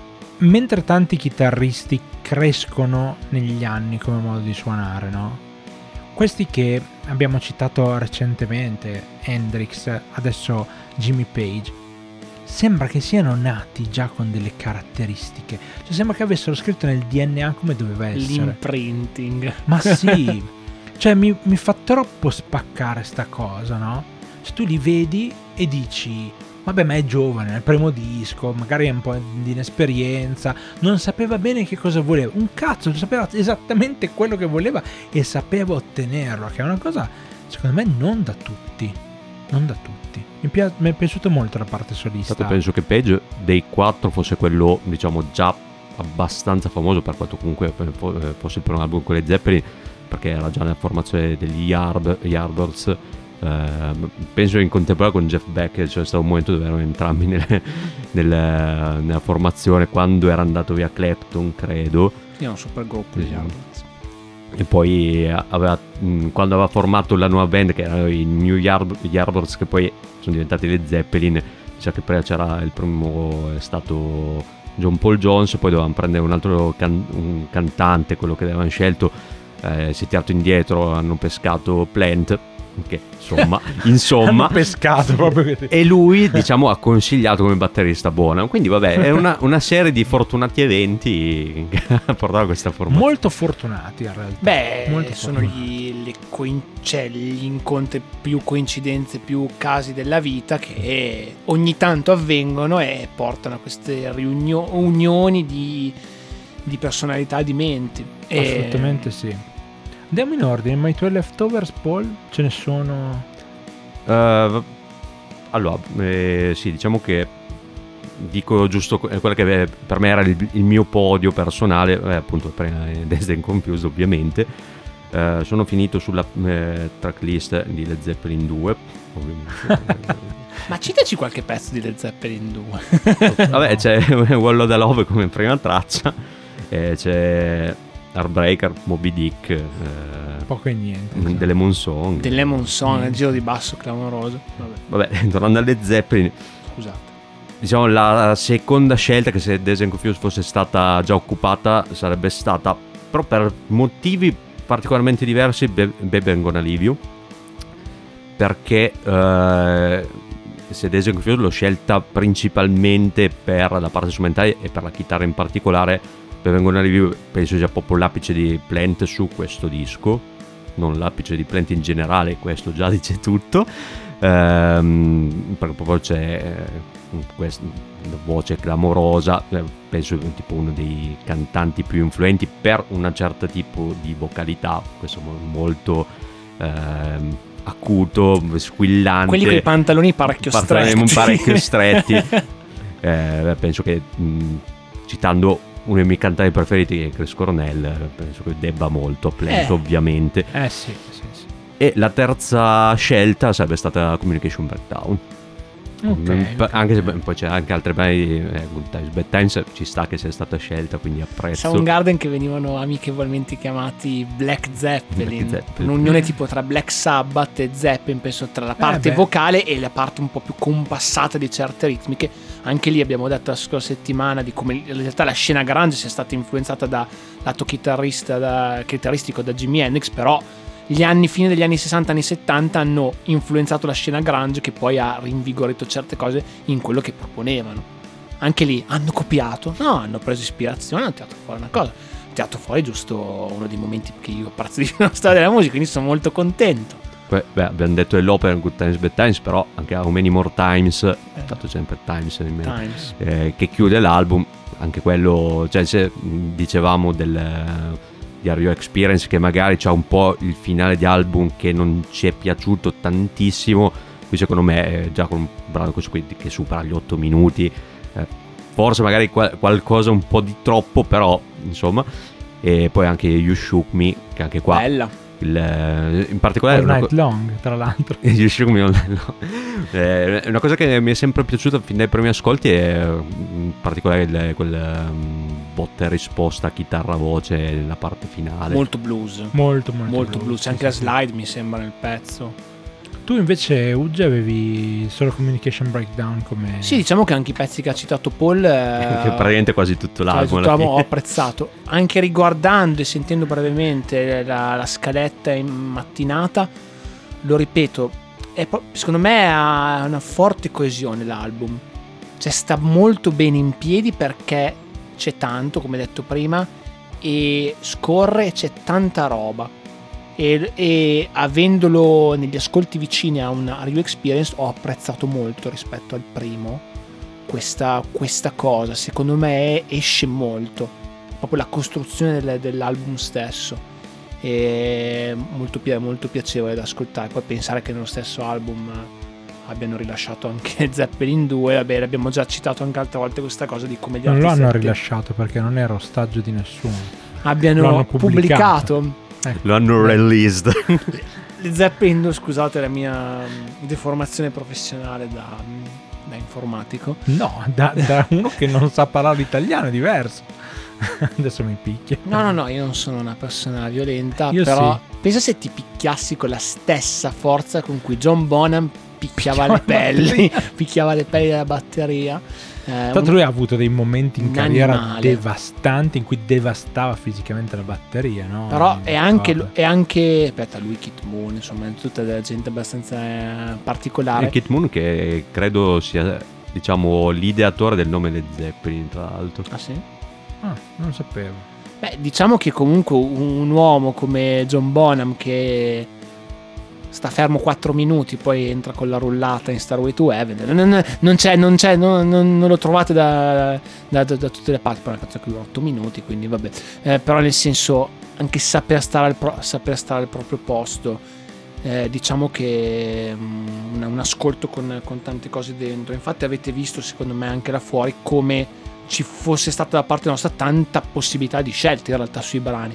mentre tanti chitarristi crescono negli anni come modo di suonare, no? Questi che abbiamo citato recentemente, Hendrix, adesso Jimmy Page, sembra che siano nati già con delle caratteristiche, cioè sembra che avessero scritto nel D N A come doveva essere. L'imprinting. Ma sì, cioè mi, mi fa troppo spaccare sta cosa, no? Se tu li vedi e dici, vabbè, ma è giovane, è il primo disco, magari è un po' di inesperienza, non sapeva bene che cosa voleva, un cazzo, sapeva esattamente quello che voleva e sapeva ottenerlo, che è una cosa, secondo me, non da tutti, non da tutti. Mi, pi- mi è piaciuta molto la parte solista. Stato, penso che Page dei quattro fosse quello, diciamo, già abbastanza famoso, per quanto comunque fosse il primo album con le Zeppelin, perché era già nella formazione degli Yard, Yardbirds. Uh, penso in contemporanea con Jeff Beck, c'è stato un momento dove erano entrambi nelle, nelle, nella formazione quando era andato via Clapton, credo. Sì, è un super gruppo di Yardbirds. E poi aveva, quando aveva formato la nuova band, che erano i New Yard, Yardbirds, che poi sono diventati le Zeppelin, cioè che prima c'era il primo, è stato John Paul Jones, poi dovevano prendere un altro can, un cantante, quello che avevano scelto, eh, si è tirato indietro, hanno pescato Plant, che insomma insomma hanno pescato proprio che... e lui, diciamo, ha consigliato come batterista buono, quindi vabbè, è una, una serie di fortunati eventi che ha portato a questa formazione. Molto fortunati in realtà. Beh, molto sono gli, le coin- cioè, gli incontri, più coincidenze, più casi della vita che ogni tanto avvengono e portano a queste riunioni di, di personalità, di menti. Assolutamente e... sì. Andiamo in ordine, ma i tuoi leftovers, Paul, ce ne sono? Uh, allora, eh, sì, diciamo che dico giusto quella che per me era il, il mio podio personale, eh, appunto Dazed and Confused ovviamente. Uh, sono finito sulla eh, tracklist di Led Zeppelin due, ovviamente. Ma citaci qualche pezzo di Led Zeppelin due. Vabbè, c'è Wall of the Love come prima traccia, eh, c'è Heartbreaker, Moby Dick, eh, poco e niente, The esatto. Lemon Song, The Lemon Song, il giro di basso clamoroso. Vabbè, vabbè, tornando alle Zeppelin, scusate, diciamo la seconda scelta, che se Dazed and Confused fosse stata già occupata sarebbe stata, però per motivi particolarmente diversi, Baby I'm Gonna Leave You, perché eh, se Dazed and Confused l'ho scelta principalmente per la parte strumentale e per la chitarra in particolare. Per Vengono Review penso sia proprio l'apice di Plant su questo disco, non l'apice di Plant in generale, questo già dice tutto, ehm, perché proprio c'è questa voce clamorosa, penso tipo uno dei cantanti più influenti per un certo tipo di vocalità, questo molto ehm, acuto, squillante, quelli con i pantaloni parecchio stretti, parecchio stretti. eh, penso che mh, citando uno dei miei cantanti preferiti, che è Chris Cornell, penso che debba molto a Plant, eh. ovviamente. Eh sì, sì, sì. E la terza scelta sarebbe stata Communication Breakdown. Okay, P- okay. Anche se poi c'è anche altre brani, eh, Good Times, Bad Times, ci sta che sia stata scelta, quindi apprezzo. Soundgarden, che venivano amichevolmente chiamati Black Zeppelin, Black Zeppelin. un'unione tipo tra Black Sabbath e Zeppelin, penso, tra la parte eh vocale e la parte un po' più compassata di certe ritmiche. Anche lì abbiamo detto la scorsa settimana di come in realtà la scena grunge sia stata influenzata da lato chitarrista, da, chitarristico da Jimi Hendrix, però gli anni, fine degli anni sessanta, anni settanta hanno influenzato la scena grunge, che poi ha rinvigorito certe cose in quello che proponevano. anche lì hanno copiato, no, hanno preso ispirazione, hanno tirato fuori una cosa, hanno tirato fuori giusto uno dei momenti che io apprezzo di più nella storia della musica, quindi sono molto contento. Beh, beh, abbiamo detto dell'opera Good Times Bad Times, però anche How Many More Times, eh. fatto sempre Times, Times. Eh, che chiude l'album, anche quello, cioè se dicevamo del di Are You Experience che magari c'ha un po' il finale di album che non ci è piaciuto tantissimo, qui secondo me è già con un brano che supera gli otto minuti, eh, forse magari qual- qualcosa un po' di troppo, però insomma, e poi anche You Shook Me, che anche qua bella. Il, in particolare All Night co- Long, tra l'altro. You Shook Me All Night Long. Eh, una cosa che mi è sempre piaciuta fin dai primi ascolti è in particolare il, quel um, botta e risposta chitarra voce nella parte finale, molto blues, molto molto, molto blues, blues. C'è sì, anche sì, la slide, mi sembra, nel pezzo. Tu invece, Ugge, avevi solo Communication Breakdown come... Sì, diciamo che anche i pezzi che ha citato Paul, eh, che praticamente quasi tutto l'album, tutto l'album ho apprezzato, anche riguardando e sentendo brevemente la, la scaletta in mattinata, lo ripeto, è, secondo me ha una forte coesione l'album, cioè sta molto bene in piedi perché c'è tanto, come detto prima, e scorre e c'è tanta roba. E, e avendolo negli ascolti vicini a una Are You Experience ho apprezzato molto rispetto al primo questa, questa cosa, secondo me esce molto, proprio la costruzione del, dell'album stesso, è molto, molto piacevole da ascoltare. Poi pensare che nello stesso album abbiano rilasciato anche Zeppelin due, vabbè, l'abbiamo già citato anche altre volte questa cosa di come gli non lo hanno artisti rilasciato perché non era ostaggio di nessuno, abbiano hanno pubblicato, pubblicato. Eh. Lo hanno released. Le Zeppelin, scusate la mia deformazione professionale da, da informatico. No, da, da uno che non sa parlare italiano è diverso. Adesso mi picchia. No, no, no, io non sono una persona violenta, io però sì. Pensa se ti picchiassi con la stessa forza con cui John Bonham picchiava, picchiava le pelli, picchiava le pelli della batteria. Eh, Tanto lui ha avuto dei momenti in carriera animale. devastanti in cui devastava fisicamente la batteria, no? Però E è anche, è anche aspetta, lui Kit Moon, insomma, è tutta della gente abbastanza eh, particolare. E Kit Moon, che credo sia, diciamo, l'ideatore del nome Led Zeppelin, tra l'altro. Ah sì? Ah, non sapevo. Beh, diciamo che comunque un, un uomo come John Bonham che sta fermo quattro minuti, poi entra con la rullata in Starway to Heaven, non, non c'è, non c'è, non, non, non lo trovate da, da, da, da tutte le parti, però cazzo che dura otto minuti, quindi vabbè, eh, però nel senso anche saper stare al, pro, saper stare al proprio posto, eh, diciamo che um, un, un ascolto con, con tante cose dentro. Infatti avete visto, secondo me anche là fuori, come ci fosse stata da parte nostra tanta possibilità di scelte in realtà sui brani.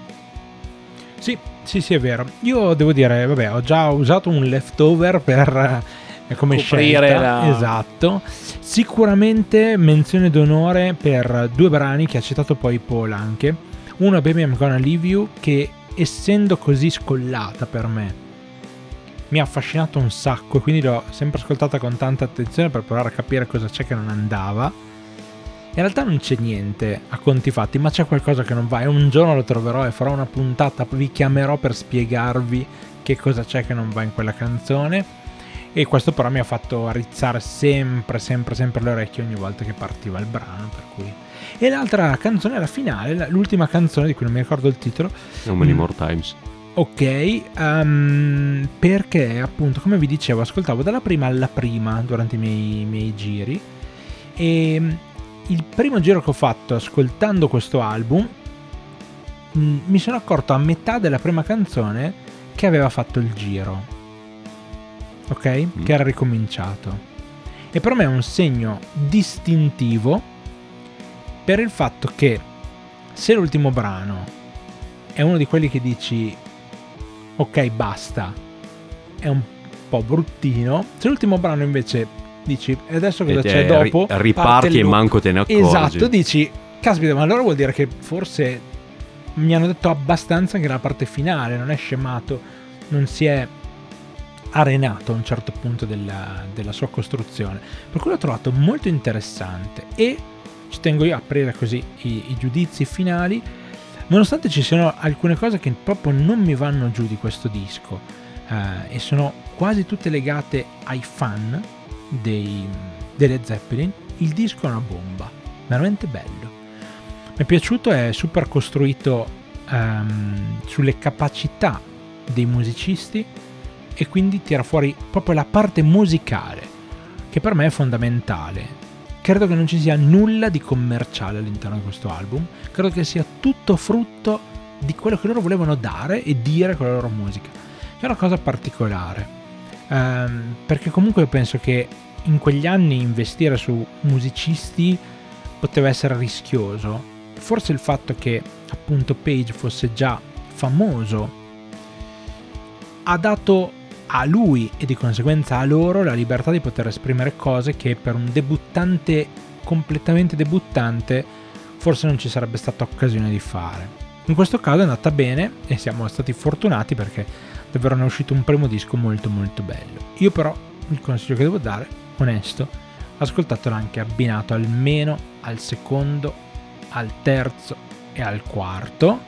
Sì, sì, sì, è vero. Io devo dire, vabbè, ho già usato un leftover per eh, come coprire scelta. La... Esatto. Sicuramente menzione d'onore per due brani che ha citato poi Paul anche. Uno è Baby I'm Gonna Leave You, che essendo così scollata per me mi ha affascinato un sacco e quindi l'ho sempre ascoltata con tanta attenzione per provare a capire cosa c'è che non andava. In realtà non c'è niente a conti fatti, ma c'è qualcosa che non va e un giorno lo troverò e farò una puntata, vi chiamerò per spiegarvi che cosa c'è che non va in quella canzone, e questo però mi ha fatto rizzare sempre, sempre, sempre le orecchie ogni volta che partiva il brano, per cui... E l'altra canzone, la finale, l'ultima canzone di cui non mi ricordo il titolo. How Many More Times. Ok, um, perché appunto, come vi dicevo, ascoltavo dalla prima alla prima durante i miei, i miei giri, e... il primo giro che ho fatto ascoltando questo album mh, mi sono accorto a metà della prima canzone che aveva fatto il giro, ok? Mm. Che era ricominciato, e per me è un segno distintivo per il fatto che se l'ultimo brano è uno di quelli che dici ok basta, è un po' bruttino, se l'ultimo brano invece dici e adesso cosa e c'è dopo, riparti e manco te ne accorgi. Esatto, dici caspita, ma allora vuol dire che forse mi hanno detto abbastanza anche la parte finale, non è scemato, non si è arenato a un certo punto della, della sua costruzione, per cui l'ho trovato molto interessante e ci tengo io a aprire così i, i giudizi finali, nonostante ci siano alcune cose che proprio non mi vanno giù di questo disco, eh, e sono quasi tutte legate ai fan dei, delle Zeppelin, il disco è una bomba, veramente bello. Mi è piaciuto, è super costruito um, sulle capacità dei musicisti e quindi tira fuori proprio la parte musicale, che per me è fondamentale. Credo che non ci sia nulla di commerciale all'interno di questo album, credo che sia tutto frutto di quello che loro volevano dare e dire con la loro musica, che è una cosa particolare, um, perché comunque io penso che in quegli anni investire su musicisti poteva essere rischioso. Forse il fatto che appunto Page fosse già famoso ha dato a lui e di conseguenza a loro la libertà di poter esprimere cose che per un debuttante completamente debuttante forse non ci sarebbe stata occasione di fare. In questo caso è andata bene e siamo stati fortunati perché davvero ne è uscito un primo disco molto molto bello. Io però il consiglio che devo dare, onesto, ascoltatelo anche abbinato almeno al secondo, al terzo e al quarto,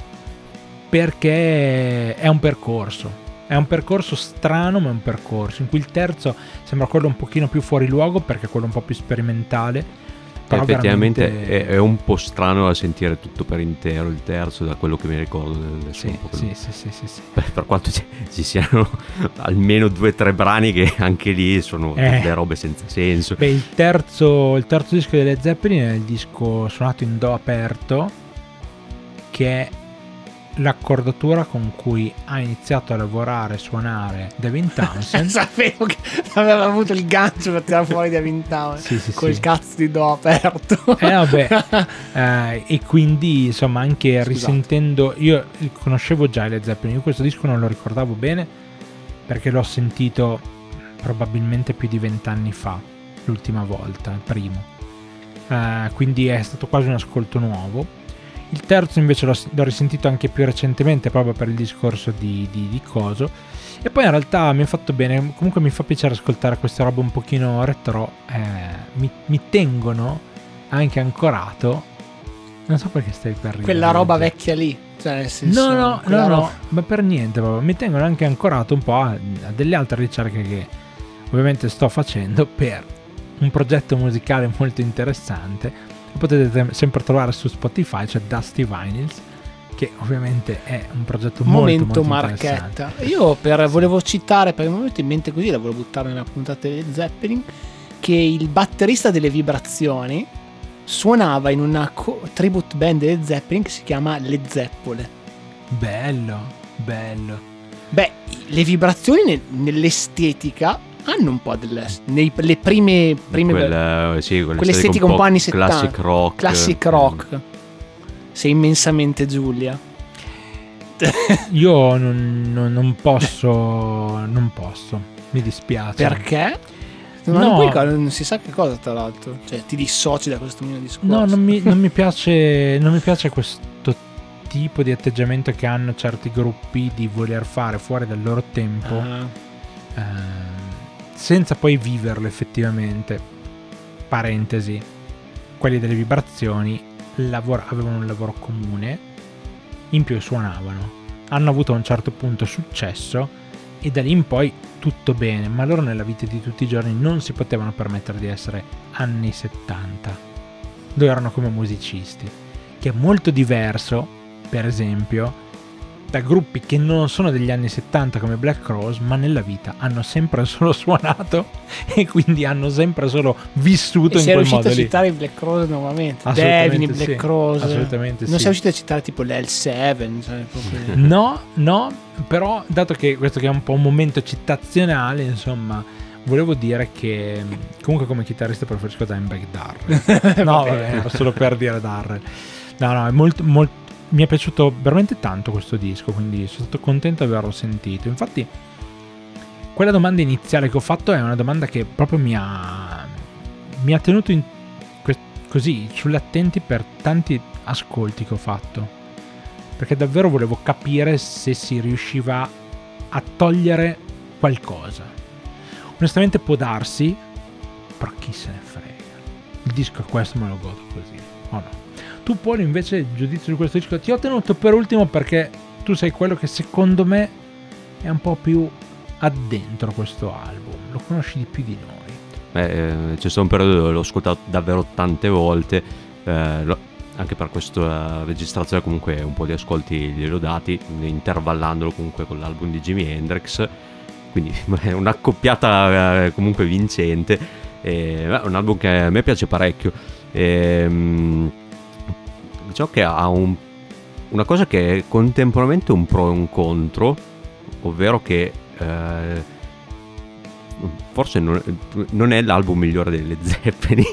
perché è un percorso. È un percorso strano, ma è un percorso in cui il terzo sembra quello un pochino più fuori luogo perché è quello un po' più sperimentale. Però effettivamente veramente... è, è un po' strano da sentire tutto per intero il terzo, da quello che mi ricordo del sì, sì, sì, sì, sì, sì. Per, per quanto ci, ci siano almeno due o tre brani che anche lì sono eh. delle robe senza senso. Beh, il terzo, il terzo disco delle Zeppelin è il disco suonato in Do aperto, che è l'accordatura con cui ha iniziato a lavorare, suonare Devin Townsend. Sapevo che aveva avuto il gancio per tirare fuori Devin Townsend, sì, sì, col sì. cazzo di Do aperto. Eh vabbè, eh, e quindi insomma anche Scusate. risentendo, io conoscevo già le Zeppelin, io questo disco non lo ricordavo bene perché l'ho sentito probabilmente più di vent'anni fa, l'ultima volta, il primo, eh, quindi è stato quasi un ascolto nuovo. Il terzo invece l'ho, l'ho risentito anche più recentemente proprio per il discorso di, di, di coso, e poi in realtà mi ha fatto bene, comunque mi fa piacere ascoltare queste robe un pochino retro, eh, mi, mi tengono anche ancorato, non so perché stai per ridere. Quella roba vecchia lì, cioè nel senso, no no no roba... no ma per niente proprio. Mi tengono anche ancorato un po' a, a delle altre ricerche che ovviamente sto facendo per un progetto musicale molto interessante. Potete sempre trovare su Spotify, c'è Dusty Vinyls, che ovviamente è un progetto molto momento molto marchetta. interessante. Io per, volevo citare, perché mi è venuto in mente così, la volevo buttare nella puntata delle Zeppelin, che il batterista delle Vibrazioni suonava in una co- tribute band delle Zeppelin che si chiama Le Zeppole. Bello, bello. Beh, le Vibrazioni ne- nell'estetica hanno un po' delle nei, le prime, prime Quella, sì, quell'estetica un po' anni settanta, classic rock, classic rock. Sei immensamente Giulia. Io non, non, non posso non posso mi dispiace. Perché? Non, no. non, puoi, non si sa che cosa, tra l'altro, cioè ti dissoci da questo mio discorso. No, non mi, non mi piace non mi piace questo tipo di atteggiamento che hanno certi gruppi di voler fare fuori dal loro tempo, ah. eh, senza poi viverlo effettivamente. Parentesi, quelli delle Vibrazioni lavora, avevano un lavoro comune, in più suonavano, hanno avuto a un certo punto successo e da lì in poi tutto bene, ma loro nella vita di tutti i giorni non si potevano permettere di essere anni settanta, dove erano come musicisti, che è molto diverso per esempio da gruppi che non sono degli anni settanta come Black Rose, ma nella vita hanno sempre solo suonato e quindi hanno sempre solo vissuto e in quel modo lì. Sei riuscito a citare i Black Rose nuovamente? Assolutamente Devin, sì. Black Rose. Assolutamente non sì. sei riuscito a citare tipo l'L sette? Cioè proprio... No, no, però dato che questo che è un po' un momento citazionale, insomma, volevo dire che comunque come chitarrista preferisco Dimebag Darrell. No, vabbè, era solo per dire Darrell. No, no, è molto, molto mi è piaciuto veramente tanto questo disco, quindi sono stato contento di averlo sentito. Infatti quella domanda iniziale che ho fatto è una domanda che proprio mi ha mi ha tenuto in, così sull'attenti per tanti ascolti che ho fatto, perché davvero volevo capire se si riusciva a togliere qualcosa. Onestamente può darsi, però chi se ne frega, il disco è questo, me lo godo così, o no? Tu Paul invece il giudizio di questo disco ti ho tenuto per ultimo perché tu sei quello che secondo me è un po' più addentro questo album, lo conosci di più di noi. eh, c'è stato un periodo dove l'ho ascoltato davvero tante volte, eh, lo, anche per questa registrazione comunque un po' di ascolti gliel'ho dati, intervallandolo comunque con l'album di Jimi Hendrix, quindi è un'accoppiata eh, comunque vincente, eh, è un album che a me piace parecchio, eh, diciamo che ha un, una cosa che è contemporaneamente un pro e un contro, ovvero che eh, forse non, non è l'album migliore delle Zeppelin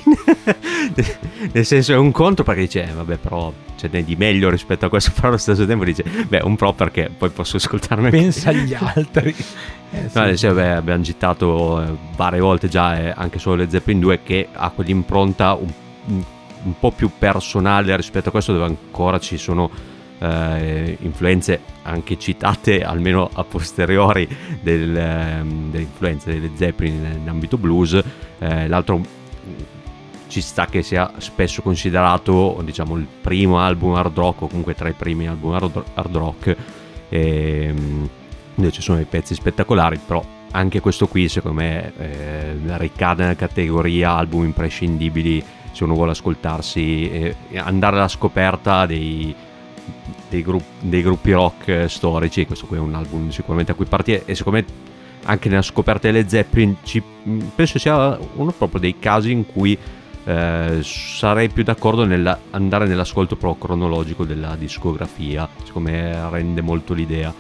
nel senso è un contro perché dice eh, vabbè però ce n'è di meglio rispetto a questo, però allo stesso tempo dice beh un pro perché poi posso ascoltarmi pensa agli altri eh, sì. No, sì, vabbè, abbiamo citato eh, varie volte già eh, anche solo le Zeppelin due che ha quell'impronta un, un po' più personale rispetto a questo, dove ancora ci sono Uh, influenze anche citate almeno a posteriori del, um, delle influenze delle Zeppelin in ambito blues. Uh, l'altro ci sta che sia spesso considerato diciamo il primo album hard rock o comunque tra i primi album hard, hard rock, e, um, ci sono dei pezzi spettacolari, però anche questo qui secondo me eh, ricade nella categoria album imprescindibili se uno vuole ascoltarsi e andare alla scoperta dei Dei, gruppi, dei gruppi rock storici. Questo qui è un album sicuramente a cui partire, e secondo me anche nella scoperta delle Zeppelin ci, penso sia uno proprio dei casi in cui eh, sarei più d'accordo nell'andare nell'ascolto pro cronologico della discografia, secondo me rende molto l'idea.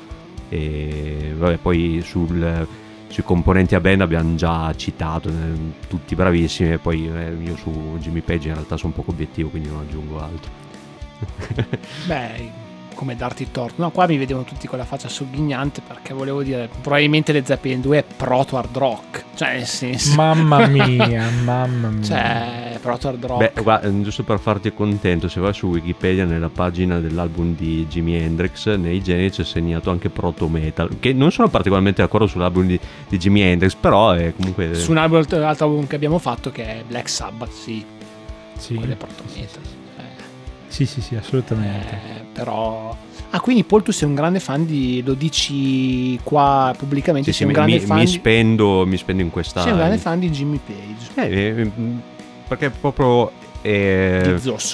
E vabbè, poi sul, sui componenti a band abbiamo già citato, eh, tutti bravissimi, e poi eh, io su Jimmy Page in realtà sono poco obiettivo, quindi non aggiungo altro. Beh, come darti torto. No, qua mi vedevano tutti con la faccia sogghignante perché volevo dire, probabilmente le Zeppelin due è proto hard rock, cioè nel senso mamma mia, mamma mia, cioè proto hard rock. Beh, guarda, giusto per farti contento, se vai su Wikipedia nella pagina dell'album di Jimi Hendrix, nei generi c'è segnato anche proto metal, che non sono particolarmente d'accordo sull'album di, di Jimi Hendrix, però è comunque su un album, l'altro album che abbiamo fatto che è Black Sabbath, sì, sì, quello è proto metal. Sì, sì, sì, assolutamente. Eh, però... Ah, quindi Paul, tu sei un grande fan di... Lo dici qua pubblicamente, sì, sei sì, un mi, grande mi, fan mi di... spendo mi spendo in questa... Sei un grande fan di Jimmy Page. Eh, eh, perché proprio... Eh, di Zosso.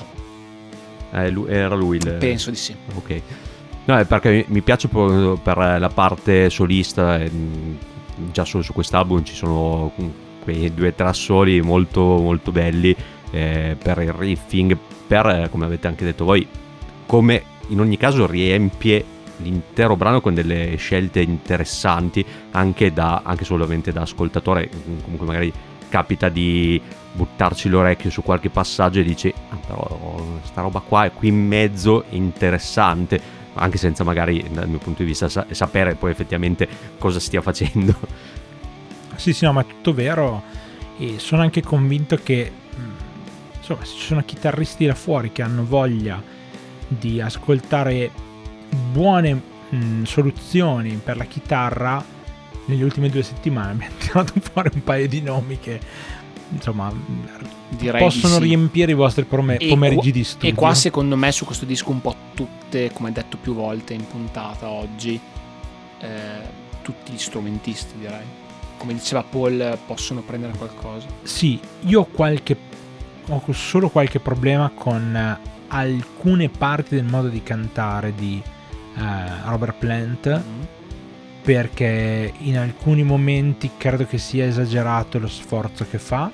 Eh, lui, era lui il... Penso di sì. Ok. No, è perché mi piace proprio per la parte solista, eh, già solo su quest'album ci sono quei due trassoli molto molto belli, eh, per il riffing, per, come avete anche detto voi, come in ogni caso riempie l'intero brano con delle scelte interessanti anche da anche solamente da ascoltatore. Comunque magari capita di buttarci l'orecchio su qualche passaggio e dici ah, però sta roba qua è qui in mezzo interessante, anche senza magari dal mio punto di vista sa- sapere poi effettivamente cosa stia facendo. Sì, sì, no, ma è tutto vero, e sono anche convinto che insomma, se ci sono chitarristi là fuori che hanno voglia di ascoltare buone mh, soluzioni per la chitarra, nelle ultime due settimane abbiamo tirato fuori un paio di nomi che insomma direi possono di sì. riempire i vostri pome- pomeriggi di studio. E qua secondo me su questo disco un po' tutte, come detto più volte in puntata oggi, eh, tutti gli strumentisti, direi, come diceva Paul, possono prendere qualcosa. Sì, io ho qualche ho solo qualche problema con alcune parti del modo di cantare di uh, Robert Plant, mm. perché in alcuni momenti credo che sia esagerato lo sforzo che fa,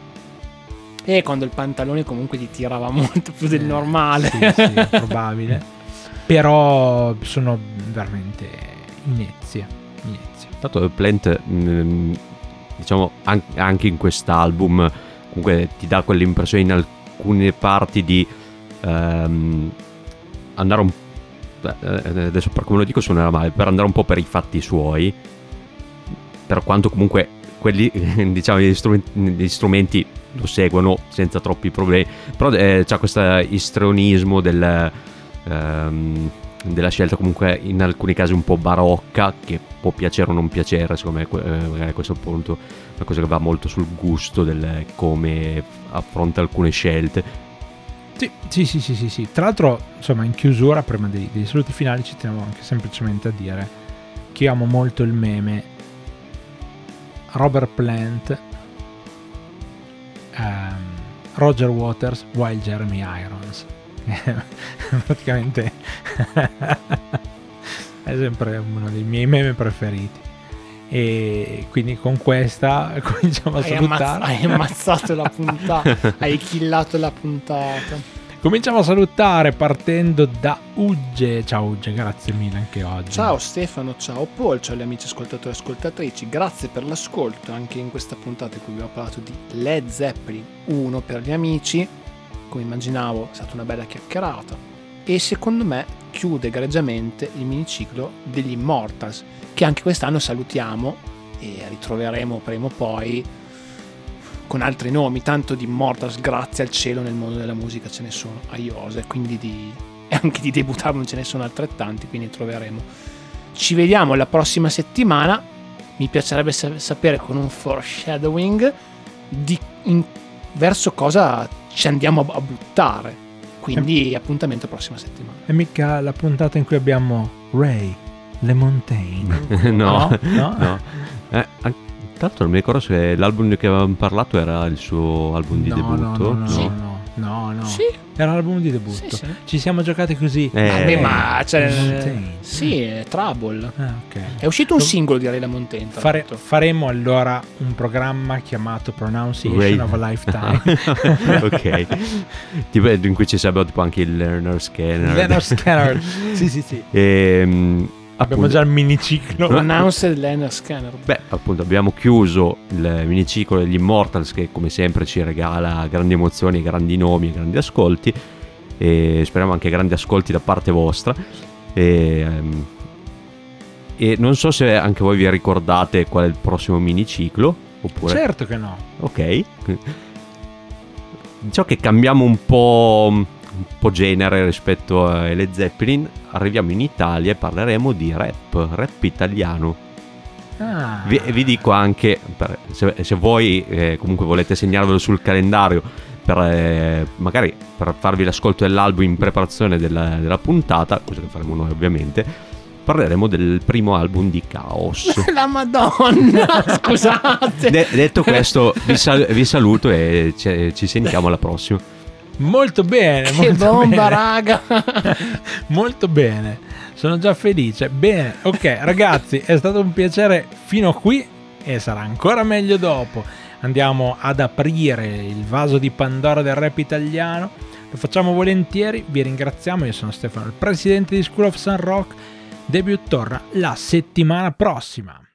e quando il pantalone comunque gli tirava molto più del normale. Sì, sì, è probabile. Però sono veramente inezie, inezie. Tanto Plant, mh, diciamo anche in quest'album comunque ti dà quell'impressione in alcune parti di um, andare un adesso per come lo dico suonerà male, per andare un po' per i fatti suoi, per quanto comunque quelli diciamo gli strumenti, gli strumenti lo seguono senza troppi problemi, però eh, c'ha questo istrionismo del um, della scelta comunque in alcuni casi un po' barocca, che può piacere o non piacere. Secondo me eh, magari a questo punto è una cosa che va molto sul gusto del come affronta alcune scelte. Sì, sì, sì, sì, sì, sì. Tra l'altro, insomma, in chiusura, prima dei, dei saluti finali, ci tenevo anche semplicemente a dire che io amo molto il meme Robert Plant um, Roger Waters while Jeremy Irons. Praticamente è sempre uno dei miei meme preferiti. E quindi con questa cominciamo a hai salutare. Ammazz- hai ammazzato la puntata, hai killato la puntata. Cominciamo a salutare partendo da Ugge. Ciao Ugge, grazie mille anche oggi. Ciao Stefano, ciao Paul, ciao gli amici ascoltatori e ascoltatrici, grazie per l'ascolto anche in questa puntata in cui abbiamo parlato di Led Zeppelin uno per gli amici. Come immaginavo è stata una bella chiacchierata e secondo me chiude egregiamente il miniciclo degli Immortals, che anche quest'anno salutiamo e ritroveremo prima o poi con altri nomi. Tanto di Immortals, grazie al cielo, nel mondo della musica ce ne sono a iosa, quindi di, e anche di Debuttable non ce ne sono altrettanti, quindi troveremo. Ci vediamo la prossima settimana. Mi piacerebbe sapere con un foreshadowing di in, verso cosa ci andiamo a buttare, quindi appuntamento prossima settimana. È mica la puntata in cui abbiamo Ray LeMontagne? no, no, no. no. Eh, an- tra l'altro non mi ricordo se l'album di cui avevamo parlato era il suo album di no, debutto. No, no, Sì. no, no, no. Sì. Era l'album di debutto. Sì, sì. Ci siamo giocati così. Eh, Vabbè, ma cioè, LeMontagne. sì, è Trouble. Ah, ok. È uscito un singolo di Ray LaMontagne. tra Fare- l'altro. faremo allora un programma chiamato Pronunciation Ray- of a Lifetime. ok. Tipo, in cui ci sarebbero tipo anche il learner scanner. Leonard Scanner. Sì, sì, sì. Ehm, Abbiamo appunto- già il miniciclo. Announced Leonard Scanner. Beh, appunto abbiamo chiuso il miniciclo degli Immortals, che come sempre ci regala grandi emozioni, grandi nomi e grandi ascolti, e speriamo anche grandi ascolti da parte vostra. E, ehm, e non so se anche voi vi ricordate qual è il prossimo miniciclo, oppure... Certo che no. Ok. Diciamo che cambiamo un po', un po' genere rispetto a Led Zeppelin. Arriviamo in Italia e parleremo di rap, rap italiano. Ah. Vi, vi dico anche, per- se, se voi eh, comunque volete segnarvelo sul calendario, per eh, magari per farvi l'ascolto dell'album in preparazione della, della puntata, cosa che faremo noi ovviamente, parleremo del primo album di Chaos. La Madonna, scusate. De- detto questo, vi, sal- vi saluto e ci, ci sentiamo alla prossima. Molto bene. Che molto bomba, bene. raga. Molto bene. Sono già felice. Bene, ok, ragazzi, è stato un piacere fino a qui e sarà ancora meglio dopo. Andiamo ad aprire il vaso di Pandora del rap italiano. Lo facciamo volentieri, vi ringraziamo. Io sono Stefano, il presidente di School of Sun Rock. Debut torna la settimana prossima.